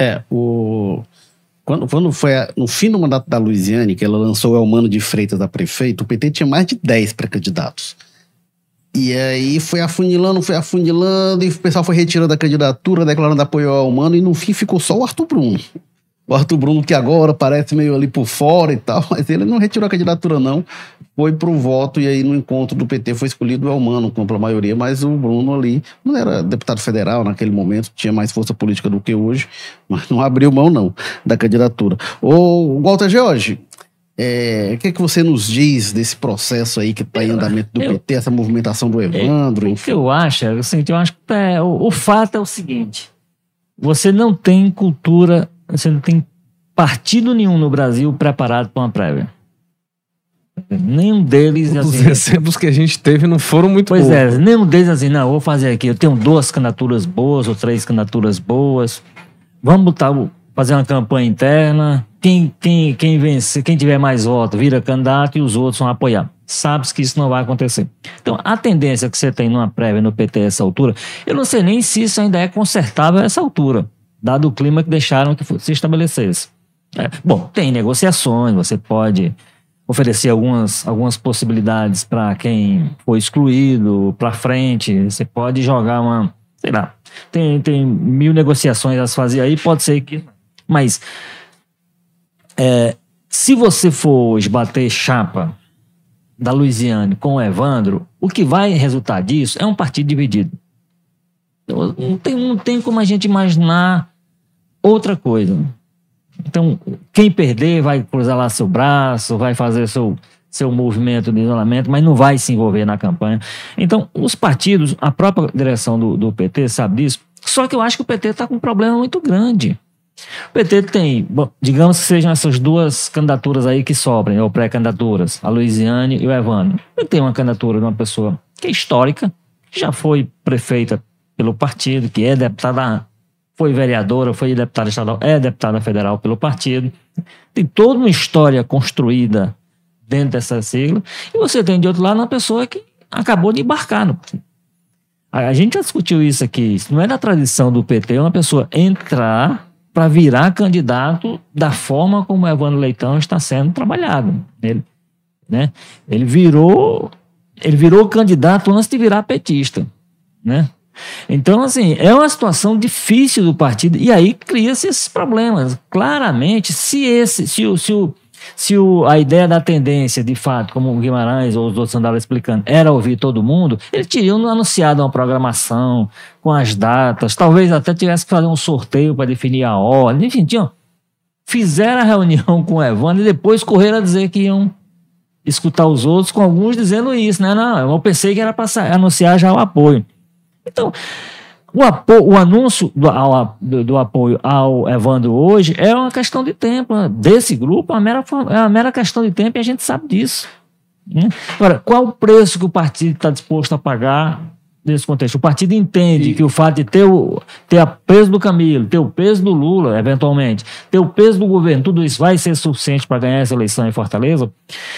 Quando foi no fim do mandato da Luiziane, que ela lançou o Elmano de Freitas a prefeito, o PT tinha mais de 10 pré-candidatos. E aí foi afunilando, e o pessoal foi retirando a candidatura, declarando apoio ao Elmano, e no fim ficou só o Arthur Bruno. O Arthur Bruno, que agora parece meio ali por fora e tal, mas ele não retirou a candidatura, não. Foi pro voto, e aí no encontro do PT foi escolhido o Elmano com ampla maioria, mas o Bruno ali não era deputado federal naquele momento, tinha mais força política do que hoje, mas não abriu mão, não, da candidatura. Ô, Walter George, o que você nos diz desse processo aí que está em andamento do PT, essa movimentação do Evandro? O que eu acho, eu acho que o fato é o seguinte: você não tem cultura, você não tem partido nenhum no Brasil preparado para uma prévia. Nenhum deles... Os exemplos que a gente teve não foram muito bons. Pois é, nenhum deles assim, não, vou fazer aqui, eu tenho 2 candidaturas boas ou 3 candidaturas boas, vamos fazer uma campanha interna, quem vencer, quem tiver mais votos vira candidato e os outros vão apoiar. Sabe-se que isso não vai acontecer. Então, a tendência que você tem numa prévia no PT a essa altura, eu não sei nem se isso ainda é consertável a essa altura, dado o clima que deixaram que se estabelecesse. Bom, tem negociações, você pode oferecer algumas possibilidades para quem foi excluído, para frente, você pode jogar sei lá, tem 1000 negociações a se fazer aí, pode ser que Mas se você for esbater chapa da Luiziane com o Evandro, o que vai resultar disso é um partido dividido. Não tem como a gente imaginar outra coisa. Então, quem perder vai cruzar lá seu braço, vai fazer seu movimento de isolamento, mas não vai se envolver na campanha. Então, os partidos, a própria direção do PT sabe disso, só que eu acho que o PT está com um problema muito grande. O PT tem, digamos que sejam essas duas candidaturas aí que sobrem, ou pré-candidaturas, a Luiziane e o Evandro. Ele tem uma candidatura de uma pessoa que é histórica, que já foi prefeita pelo partido, que é deputada, foi vereadora, foi deputada estadual, é deputada federal pelo partido. Tem toda uma história construída dentro dessa sigla. E você tem, de outro lado, uma pessoa que acabou de embarcar no partido. A gente já discutiu isso aqui. Isso não é da tradição do PT, uma pessoa entrar para virar candidato da forma como o Evandro Leitão está sendo trabalhado. Ele virou candidato antes de virar petista, né? Então, assim, é uma situação difícil do partido, e aí cria-se esses problemas. Claramente, a ideia da tendência, de fato, como o Guimarães ou os outros andaram explicando, era ouvir todo mundo, eles teriam anunciado uma programação com as datas, talvez até tivesse que fazer um sorteio para definir a ordem, enfim, fizeram a reunião com o Evandro e depois correram a dizer que iam escutar os outros, com alguns dizendo isso, né? Não, eu pensei que era para anunciar já o apoio. Então, o anúncio do apoio ao Evandro hoje é uma questão de tempo. Desse grupo é uma mera questão de tempo, e a gente sabe disso, né? Agora, qual o preço que o partido está disposto a pagar nesse contexto? O partido entende que o fato de ter o peso do Camilo, ter o peso do Lula, eventualmente, ter o peso do governo, tudo isso vai ser suficiente para ganhar essa eleição em Fortaleza?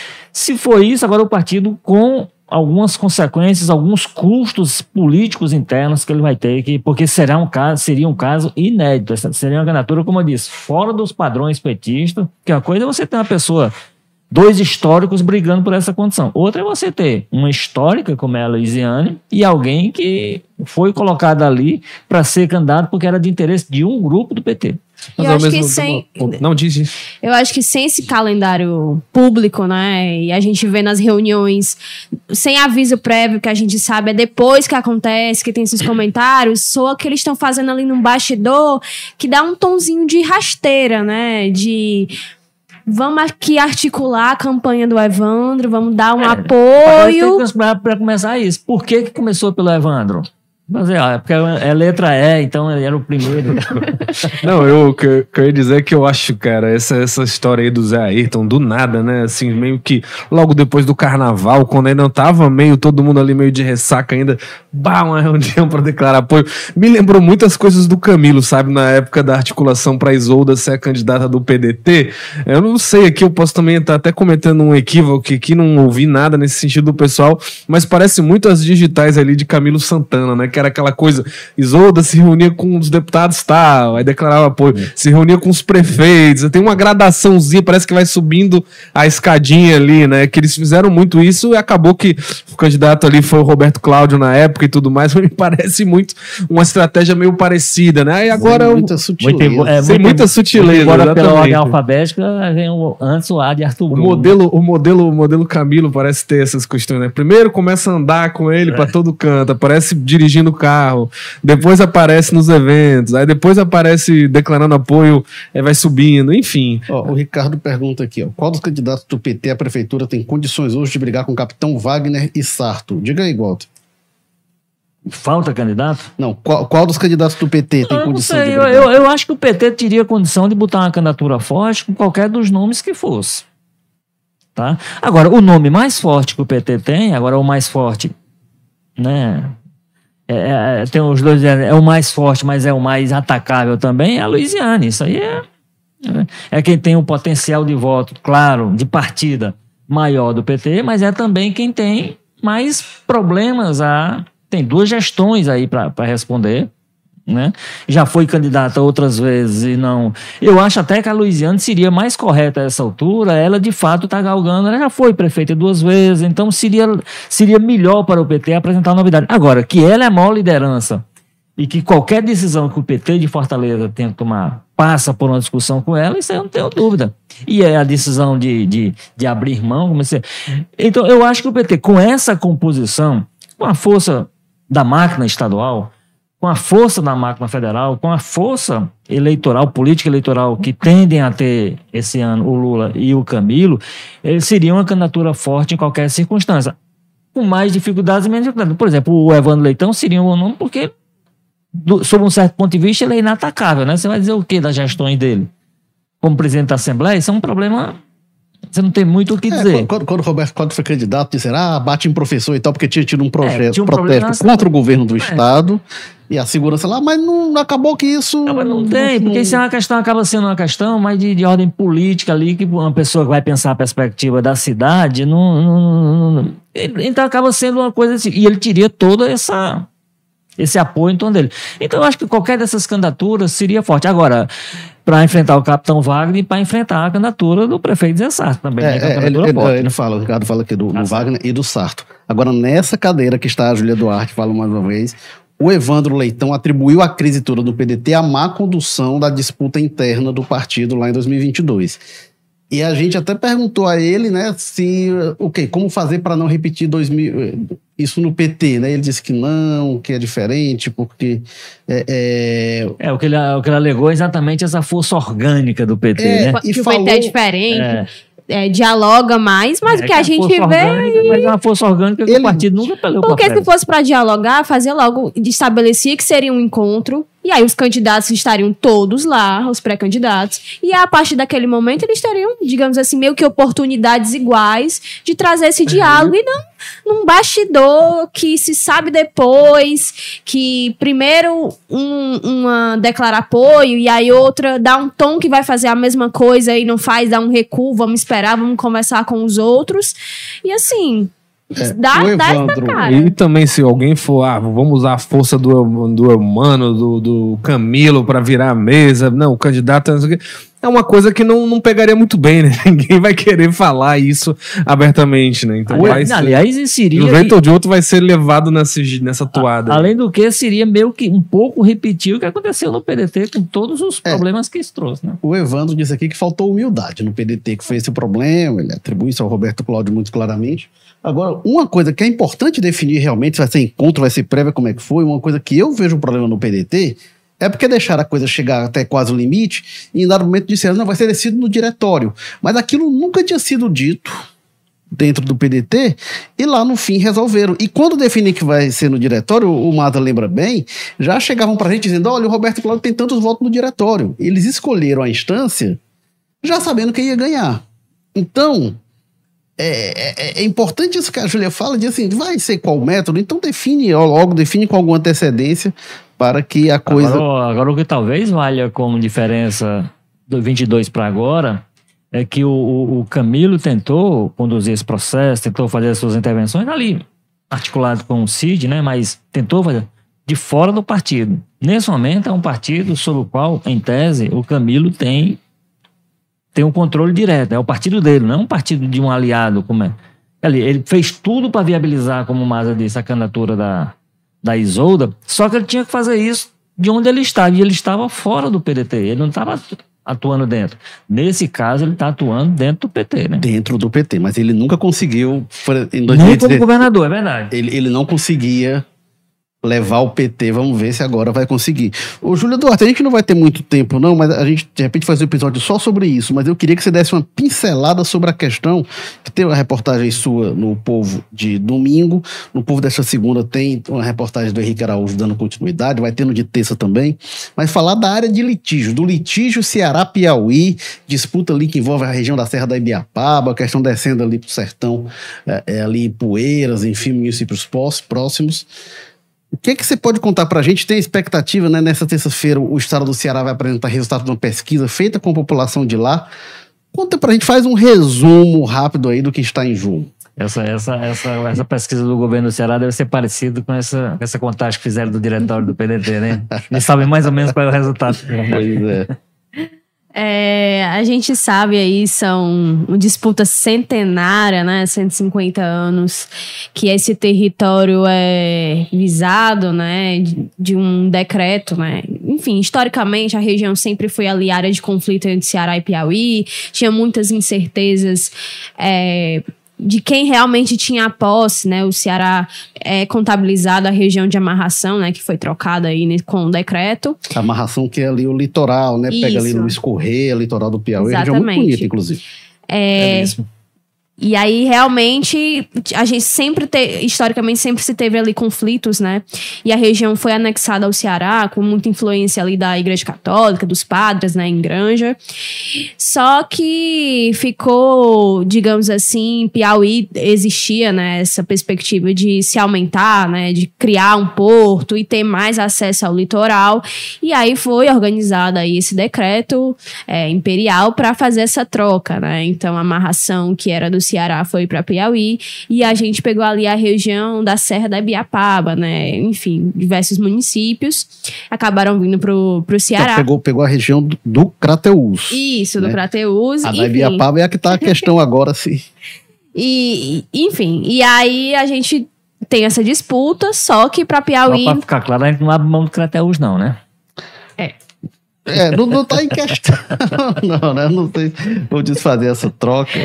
Se for isso, agora o partido com algumas consequências, alguns custos políticos internos que ele vai ter, porque seria um caso inédito, seria uma candidatura, como eu disse, fora dos padrões petistas, que a coisa é você ter uma pessoa, dois históricos brigando por essa condição. Outra é você ter uma histórica, como é a Luiziane, e alguém que foi colocado ali para ser candidato porque era de interesse de um grupo do PT. Eu acho que Não, diz isso. Eu acho que sem esse calendário público, né, e a gente vê nas reuniões, sem aviso prévio, que a gente sabe é depois que acontece, que tem esses comentários, soa que eles estão fazendo ali num bastidor, que dá um tonzinho de rasteira, né, de vamos aqui articular a campanha do Evandro, vamos dar um apoio. Para começar isso, por que começou pelo Evandro? Mas porque é letra E, então ele era o primeiro. Não, o que eu ia dizer é que eu acho, cara, essa história aí do Zé Ayrton, do nada, né? Assim, meio que logo depois do carnaval, quando ainda não tava todo mundo ali meio de ressaca ainda, uma reunião pra declarar apoio. Me lembrou muitas coisas do Camilo, sabe? Na época da articulação pra Isolda ser a candidata do PDT. Eu não sei, aqui eu posso também estar até cometendo um equívoco, que aqui não ouvi nada nesse sentido do pessoal, mas parece muito as digitais ali de Camilo Santana, né? Que era aquela coisa, Isolda se reunia com os deputados tal, aí declarava apoio, se reunia com os prefeitos, tem uma gradaçãozinha, parece que vai subindo a escadinha ali, né, que eles fizeram muito isso, e acabou que o candidato ali foi o Roberto Cláudio na época e tudo mais, mas me parece muito uma estratégia meio parecida, né, e agora... Muita sutileza. Sem muita sutileza, agora pela ordem alfabética, vem antes o A de Arthur Bruno. O modelo Camilo parece ter essas questões, né, primeiro começa a andar com ele pra todo canto, aparece dirigindo o carro, depois aparece nos eventos, aí depois aparece declarando apoio, vai subindo, enfim. O Ricardo pergunta aqui, qual dos candidatos do PT à prefeitura tem condições hoje de brigar com o capitão Wagner e Sarto? Diga aí, Walter. Falta candidato? Não, qual dos candidatos do PT tem condição de brigar? Eu acho que o PT teria condição de botar uma candidatura forte com qualquer dos nomes que fosse. Tá? Agora, o nome mais forte que o PT tem, agora o mais forte, né... tem os dois, é o mais forte, mas é o mais atacável também, é a Luiziane. Isso aí é quem tem um potencial de voto, claro, de partida maior do PT, mas é também quem tem mais problemas. Tem duas gestões aí para responder, né? Já foi candidata outras vezes e não... Eu acho até que a Luiziane seria mais correta a essa altura, ela de fato está galgando, ela já foi prefeita 2 vezes, então seria melhor para o PT apresentar novidade. Agora, que ela é a maior liderança e que qualquer decisão que o PT de Fortaleza tenha que tomar passa por uma discussão com ela, isso aí eu não tenho dúvida. E é a decisão de abrir mão. Então, eu acho que o PT, com essa composição, com a força da máquina estadual, com a força da máquina federal, com a força eleitoral, política eleitoral, que tendem a ter esse ano o Lula e o Camilo, eles seriam uma candidatura forte em qualquer circunstância. Com mais dificuldades e menos dificuldades. Por exemplo, o Evandro Leitão seria um nome porque, sob um certo ponto de vista, ele é inatacável, né? Você vai dizer o quê das gestões dele? Como presidente da Assembleia, isso é um problema... Você não tem muito o que dizer. Quando o Roberto Cláudio foi candidato, disseram, bate em professor e tal, porque tinha tido um protesto contra o governo do Estado e a segurança lá, mas não acabou que isso... Não tem, porque isso é uma questão, acaba sendo uma questão mais de ordem política ali, que uma pessoa que vai pensar a perspectiva da cidade, então acaba sendo uma coisa assim, e ele teria todo esse apoio em torno dele. Então eu acho que qualquer dessas candidaturas seria forte. Agora, para enfrentar o capitão Wagner e para enfrentar a candidatura do prefeito Zé Sarto também. O Ricardo fala aqui do Wagner e do Sarto. Agora, nessa cadeira que está a Júlia Duarte, fala mais uma vez, o Evandro Leitão atribuiu a crise toda do PDT à má condução da disputa interna do partido lá em 2022. E a gente até perguntou a ele, né, como fazer para não repetir isso no PT, né? Ele disse que não, que é diferente, porque... O que ele alegou é exatamente essa força orgânica do PT, né? Que o PT é diferente, dialoga mais, mas o que a gente vê... Mas é uma força orgânica que o partido nunca perdeu. Porque se fosse para dialogar, fazia logo, estabelecia que seria um encontro, e aí os candidatos estariam todos lá, os pré-candidatos, e a partir daquele momento eles teriam, digamos assim, meio que oportunidades iguais de trazer esse diálogo, e não num bastidor que se sabe depois, que primeiro uma declara apoio, e aí outra dá um tom que vai fazer a mesma coisa e não faz, dá um recuo, vamos esperar, vamos conversar com os outros, e assim... Dá essa cara. E também, se alguém for, vamos usar a força do humano, do Camilo para virar a mesa, não, o candidato é uma coisa que não pegaria muito bem, né? Ninguém vai querer falar isso abertamente, né? Então, aliás, seria... De um jeito ou de outro vai ser levado nessa toada. Além do que, seria meio que um pouco repetir o que aconteceu no PDT com todos os problemas que isso trouxe, né? O Evandro disse aqui que faltou humildade no PDT, que foi esse o problema, ele atribui isso ao Roberto Cláudio muito claramente. Agora, uma coisa que é importante definir realmente, se vai ser encontro, vai ser prévia, como é que foi, uma coisa que eu vejo um problema no PDT, é porque deixaram a coisa chegar até quase o limite e em dado momento disseram, não, vai ser decidido no diretório. Mas aquilo nunca tinha sido dito dentro do PDT e lá no fim resolveram. E quando definem que vai ser no diretório, o Mata lembra bem, já chegavam pra gente dizendo, olha, o Roberto Cláudio tem tantos votos no diretório. Eles escolheram a instância já sabendo quem ia ganhar. Então... É importante isso que a Júlia fala, de assim, vai ser qual método, então define com alguma antecedência para que a coisa... Agora o que talvez valha como diferença do 22 para agora é que o Camilo tentou conduzir esse processo, tentou fazer as suas intervenções ali, articulado com o Cid, né, mas tentou fazer de fora do partido. Nesse momento é um partido sobre o qual, em tese, o Camilo tem um controle direto, é o partido dele, não é um partido de um aliado. Ele fez tudo para viabilizar, como o Maza disse, a candidatura da Isolda, só que ele tinha que fazer isso de onde ele estava, e ele estava fora do PDT, ele não estava atuando dentro. Nesse caso, ele está atuando dentro do PT, né? Dentro do PT, mas ele nunca conseguiu... Nem como governador, é verdade. Ele não conseguia levar o PT, vamos ver se agora vai conseguir. Ô, Júlia Duarte, a gente não vai ter muito tempo não, mas a gente de repente faz um episódio só sobre isso, mas eu queria que você desse uma pincelada sobre a questão, que tem uma reportagem sua no Povo de domingo, no Povo desta segunda tem uma reportagem do Henrique Araújo dando continuidade, vai ter no de terça também, mas falar da área de litígio, do litígio Ceará-Piauí, disputa ali que envolve a região da Serra da Ibiapaba, a questão descendo ali pro sertão, ali em Poeiras, enfim, municípios próximos. O que você pode contar pra gente? Tem expectativa, né? Nessa terça-feira o estado do Ceará vai apresentar resultado de uma pesquisa feita com a população de lá. Conta pra gente, faz um resumo rápido aí do que está em jogo. Essa pesquisa do governo do Ceará deve ser parecida com essa contagem que fizeram do diretório do PDT, né? Eles sabem mais ou menos qual é o resultado. Pois é. A gente sabe aí, são uma disputa centenária, né, 150 anos, que esse território é visado, né, de um decreto, né. Enfim, historicamente a região sempre foi ali área de conflito entre Ceará e Piauí, tinha muitas incertezas de quem realmente tinha a posse, né? O Ceará é contabilizado a região de amarração, né? Que foi trocada aí com o decreto. A amarração que é ali o litoral, né? Isso. Pega ali no Escorrer, litoral do Piauí. Exatamente. Região muito bonita, inclusive. É mesmo. E aí, realmente, a gente historicamente, sempre se teve ali conflitos, né? E a região foi anexada ao Ceará, com muita influência ali da Igreja Católica, dos padres, né, em Granja. Só que ficou, digamos assim, Piauí existia, né, essa perspectiva de se aumentar, né, de criar um porto e ter mais acesso ao litoral. E aí foi organizado aí esse decreto imperial para fazer essa troca, né? Então, a amarração que era do Ceará foi para Piauí e a gente pegou ali a região da Serra da Ibiapaba, né? Enfim, diversos municípios acabaram vindo pro Ceará. Então, pegou a região do Crateús. Isso, né? do Crateús. A da Ibiapaba é a que tá a questão agora, sim. Enfim, e aí a gente tem essa disputa, só que para Piauí... Só pra ficar claro, a gente não abre mão do Crateús, não, né? Não tá em questão. Não, né? Não sei. Vou desfazer essa troca.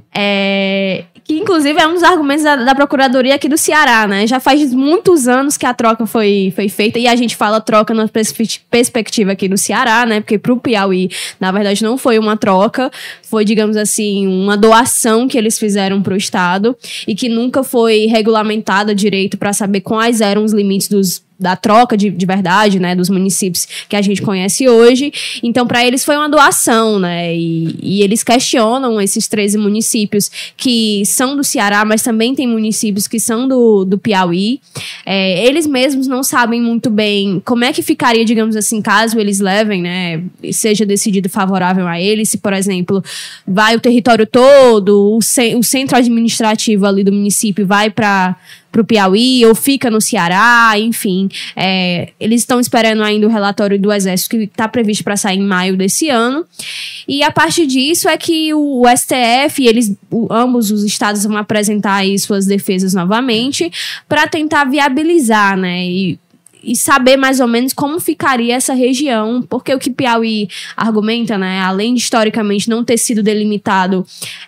Que inclusive é um dos argumentos da Procuradoria aqui do Ceará, né? Já faz muitos anos que a troca foi feita, e a gente fala troca na perspectiva aqui do Ceará, né? Porque pro Piauí, na verdade, não foi uma troca, foi, digamos assim, uma doação que eles fizeram pro Estado e que nunca foi regulamentada direito para saber quais eram os limites da troca de verdade, né, dos municípios que a gente conhece hoje. Então, para eles foi uma doação, né, e eles questionam esses 13 municípios que são do Ceará, mas também tem municípios que são do Piauí. Eles mesmos não sabem muito bem como é que ficaria, digamos assim, caso eles levem, né, seja decidido favorável a eles, se, por exemplo, vai o território todo, o centro administrativo ali do município vai para o Piauí ou fica no Ceará, enfim. Eles estão esperando ainda o relatório do Exército, que está previsto para sair em maio desse ano. E a partir disso é que o STF, ambos os estados vão apresentar aí suas defesas novamente para tentar viabilizar, né? E saber mais ou menos como ficaria essa região, porque o que Piauí argumenta, né, além de historicamente não ter sido delimitado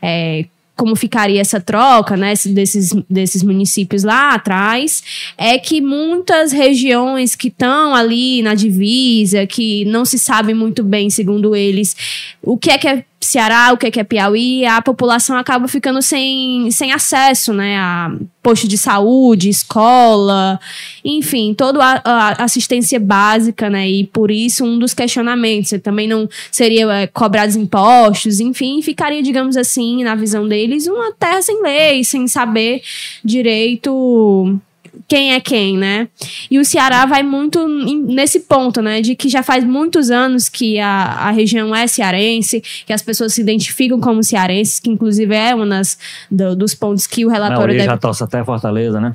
como ficaria essa troca, né, desses municípios lá atrás, é que muitas regiões que estão ali na divisa, que não se sabe muito bem, segundo eles, o que é Ceará, o que é Piauí, a população acaba ficando sem acesso, né, a posto de saúde, escola, enfim, toda a assistência básica, né, e por isso um dos questionamentos, também não seria cobrados impostos, enfim, ficaria, digamos assim, na visão deles, uma terra sem lei, sem saber direito quem é quem, né? E o Ceará vai muito nesse ponto, né? De que já faz muitos anos que a região é cearense, que as pessoas se identificam como cearenses, que inclusive é um dos pontos que o relatório... já torce até Fortaleza, né?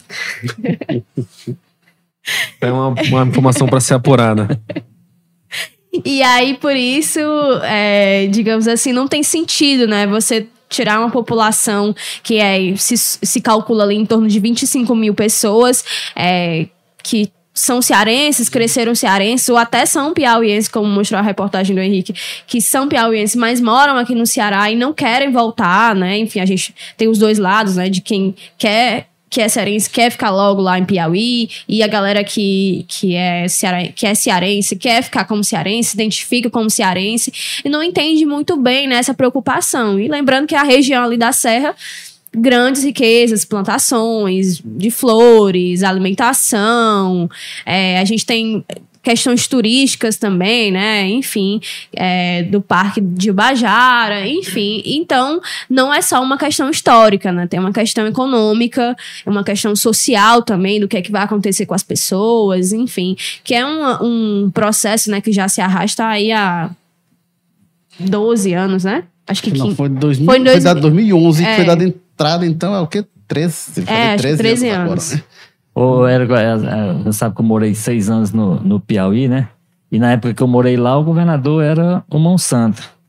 É uma informação para ser apurada. E aí, por isso, digamos assim, não tem sentido, né? Você tirar uma população que se calcula ali em torno de 25 mil pessoas que são cearenses, cresceram cearenses, ou até são piauienses, como mostrou a reportagem do Henrique, que são piauienses, mas moram aqui no Ceará e não querem voltar, né? Enfim, a gente tem os dois lados, né? De quem quer... que é cearense, quer ficar logo lá em Piauí, e a galera que é cearense, quer ficar como cearense, se identifica como cearense, e não entende muito bem, né, essa preocupação. E lembrando que a região ali da Serra, grandes riquezas, plantações de flores, alimentação, a gente tem questões turísticas também, né? Enfim, do Parque de Ubajara, enfim. Então, não é só uma questão histórica, né? Tem uma questão econômica, uma questão social também, do que é que vai acontecer com as pessoas, enfim. Que é um processo, né, que já se arrasta aí há 12 anos, né? Acho que não, foi 2011 que foi dada entrada, então é o quê? 13? Acho que 13 anos. Agora, né? Você sabe que eu morei 6 anos no Piauí, né? E na época que eu morei lá, o governador era o Monsanto.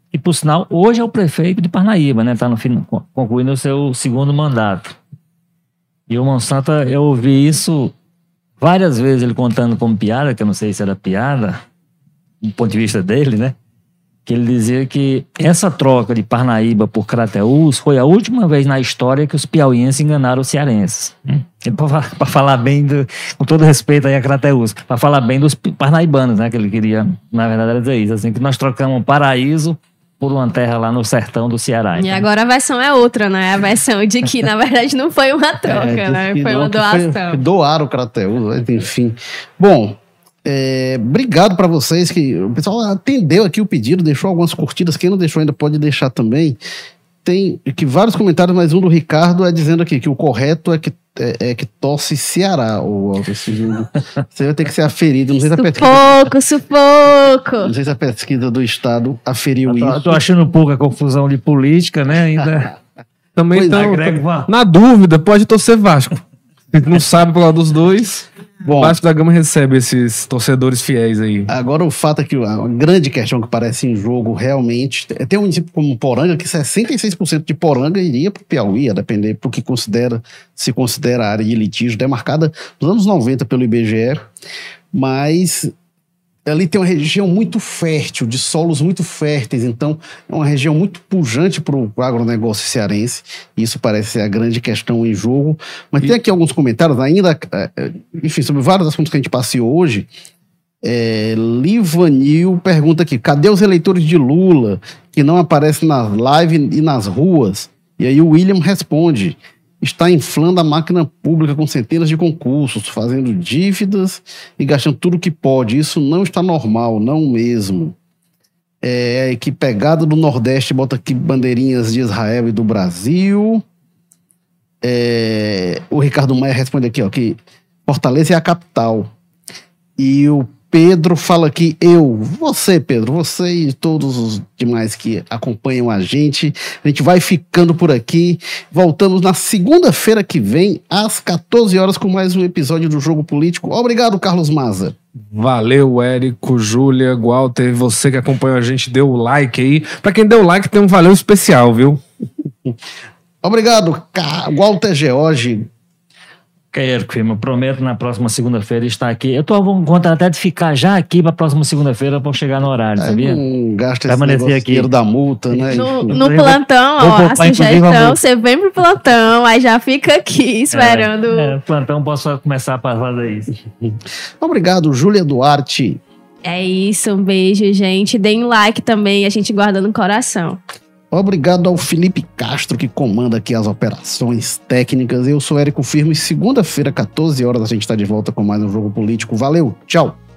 que por sinal hoje é o prefeito de Parnaíba, né? Está concluindo o seu segundo mandato. E o Monsanto, eu ouvi isso várias vezes, ele contando como piada, que eu não sei se era piada, do ponto de vista dele, né? Que ele dizia que essa troca de Parnaíba por Crateús foi a última vez na história que os piauienses enganaram os cearenses. Para falar bem, com todo respeito aí a Crateús, para falar bem dos parnaibanos, né? Que ele queria, na verdade, era dizer isso, assim, que nós trocamos um paraíso por uma terra lá no sertão do Ceará. E agora a versão é outra, né? A versão de que, na verdade, não foi uma troca, né? Foi uma doação. Doaram o Crateús, enfim. Bom... obrigado para vocês que o pessoal atendeu aqui o pedido, deixou algumas curtidas, quem não deixou ainda pode deixar também. Tem aqui vários comentários, mas um do Ricardo é dizendo aqui que o correto é que torce Ceará, ou esse jogo. Você vai ter que ser aferido, não sei se a pesquisa... Sufoco! Não sei se a pesquisa do Estado aferiu isso. Eu tô achando pouca confusão de política, né, ainda. Também estão na dúvida, pode torcer Vasco. Não sabe qual dos dois. Bom, Vasco da Gama recebe esses torcedores fiéis aí. Agora o fato é que a grande questão que parece em jogo realmente tem um município como Poranga que 66% de Poranga iria para o Piauí, a depender do que se considera a área de litígio demarcada nos anos 90 pelo IBGE, mas ali tem uma região muito fértil, de solos muito férteis, então é uma região muito pujante para o agronegócio cearense, e isso parece ser a grande questão em jogo. Mas tem aqui alguns comentários ainda, enfim, sobre vários assuntos que a gente passeou hoje. Livanil pergunta aqui, cadê os eleitores de Lula que não aparecem nas lives e nas ruas? E aí o William responde, está inflando a máquina pública com centenas de concursos, fazendo dívidas e gastando tudo que pode. Isso não está normal, não mesmo. Que pegada do Nordeste, bota aqui bandeirinhas de Israel e do Brasil. O Ricardo Maia responde aqui, ó, que Fortaleza é a capital. E o Pedro fala aqui, você Pedro, você e todos os demais que acompanham a gente vai ficando por aqui, voltamos na segunda-feira que vem, às 14 horas com mais um episódio do Jogo Político. Obrigado, Carlos Maza. Valeu, Érico, Júlia, Walter, você que acompanhou a gente, deu o like aí. Pra quem deu o like tem um valeu especial, viu? Obrigado, Walter George. Érico, firma, prometo na próxima segunda-feira estar aqui. Eu tô com vontade até de ficar já aqui para a próxima segunda-feira para chegar no horário, sabia? Não gasta esse dinheiro da multa, né? No plantão, ó, a sugestão, você vem pro plantão, aí já fica aqui esperando. Plantão, posso começar a fazer isso. Obrigado, Júlia Duarte. É isso, um beijo, gente. Deem um like também, a gente guarda no coração. Obrigado ao Felipe Castro, que comanda aqui as operações técnicas. Eu sou Érico Firmo e segunda-feira, 14 horas, a gente está de volta com mais um Jogo Político. Valeu, tchau!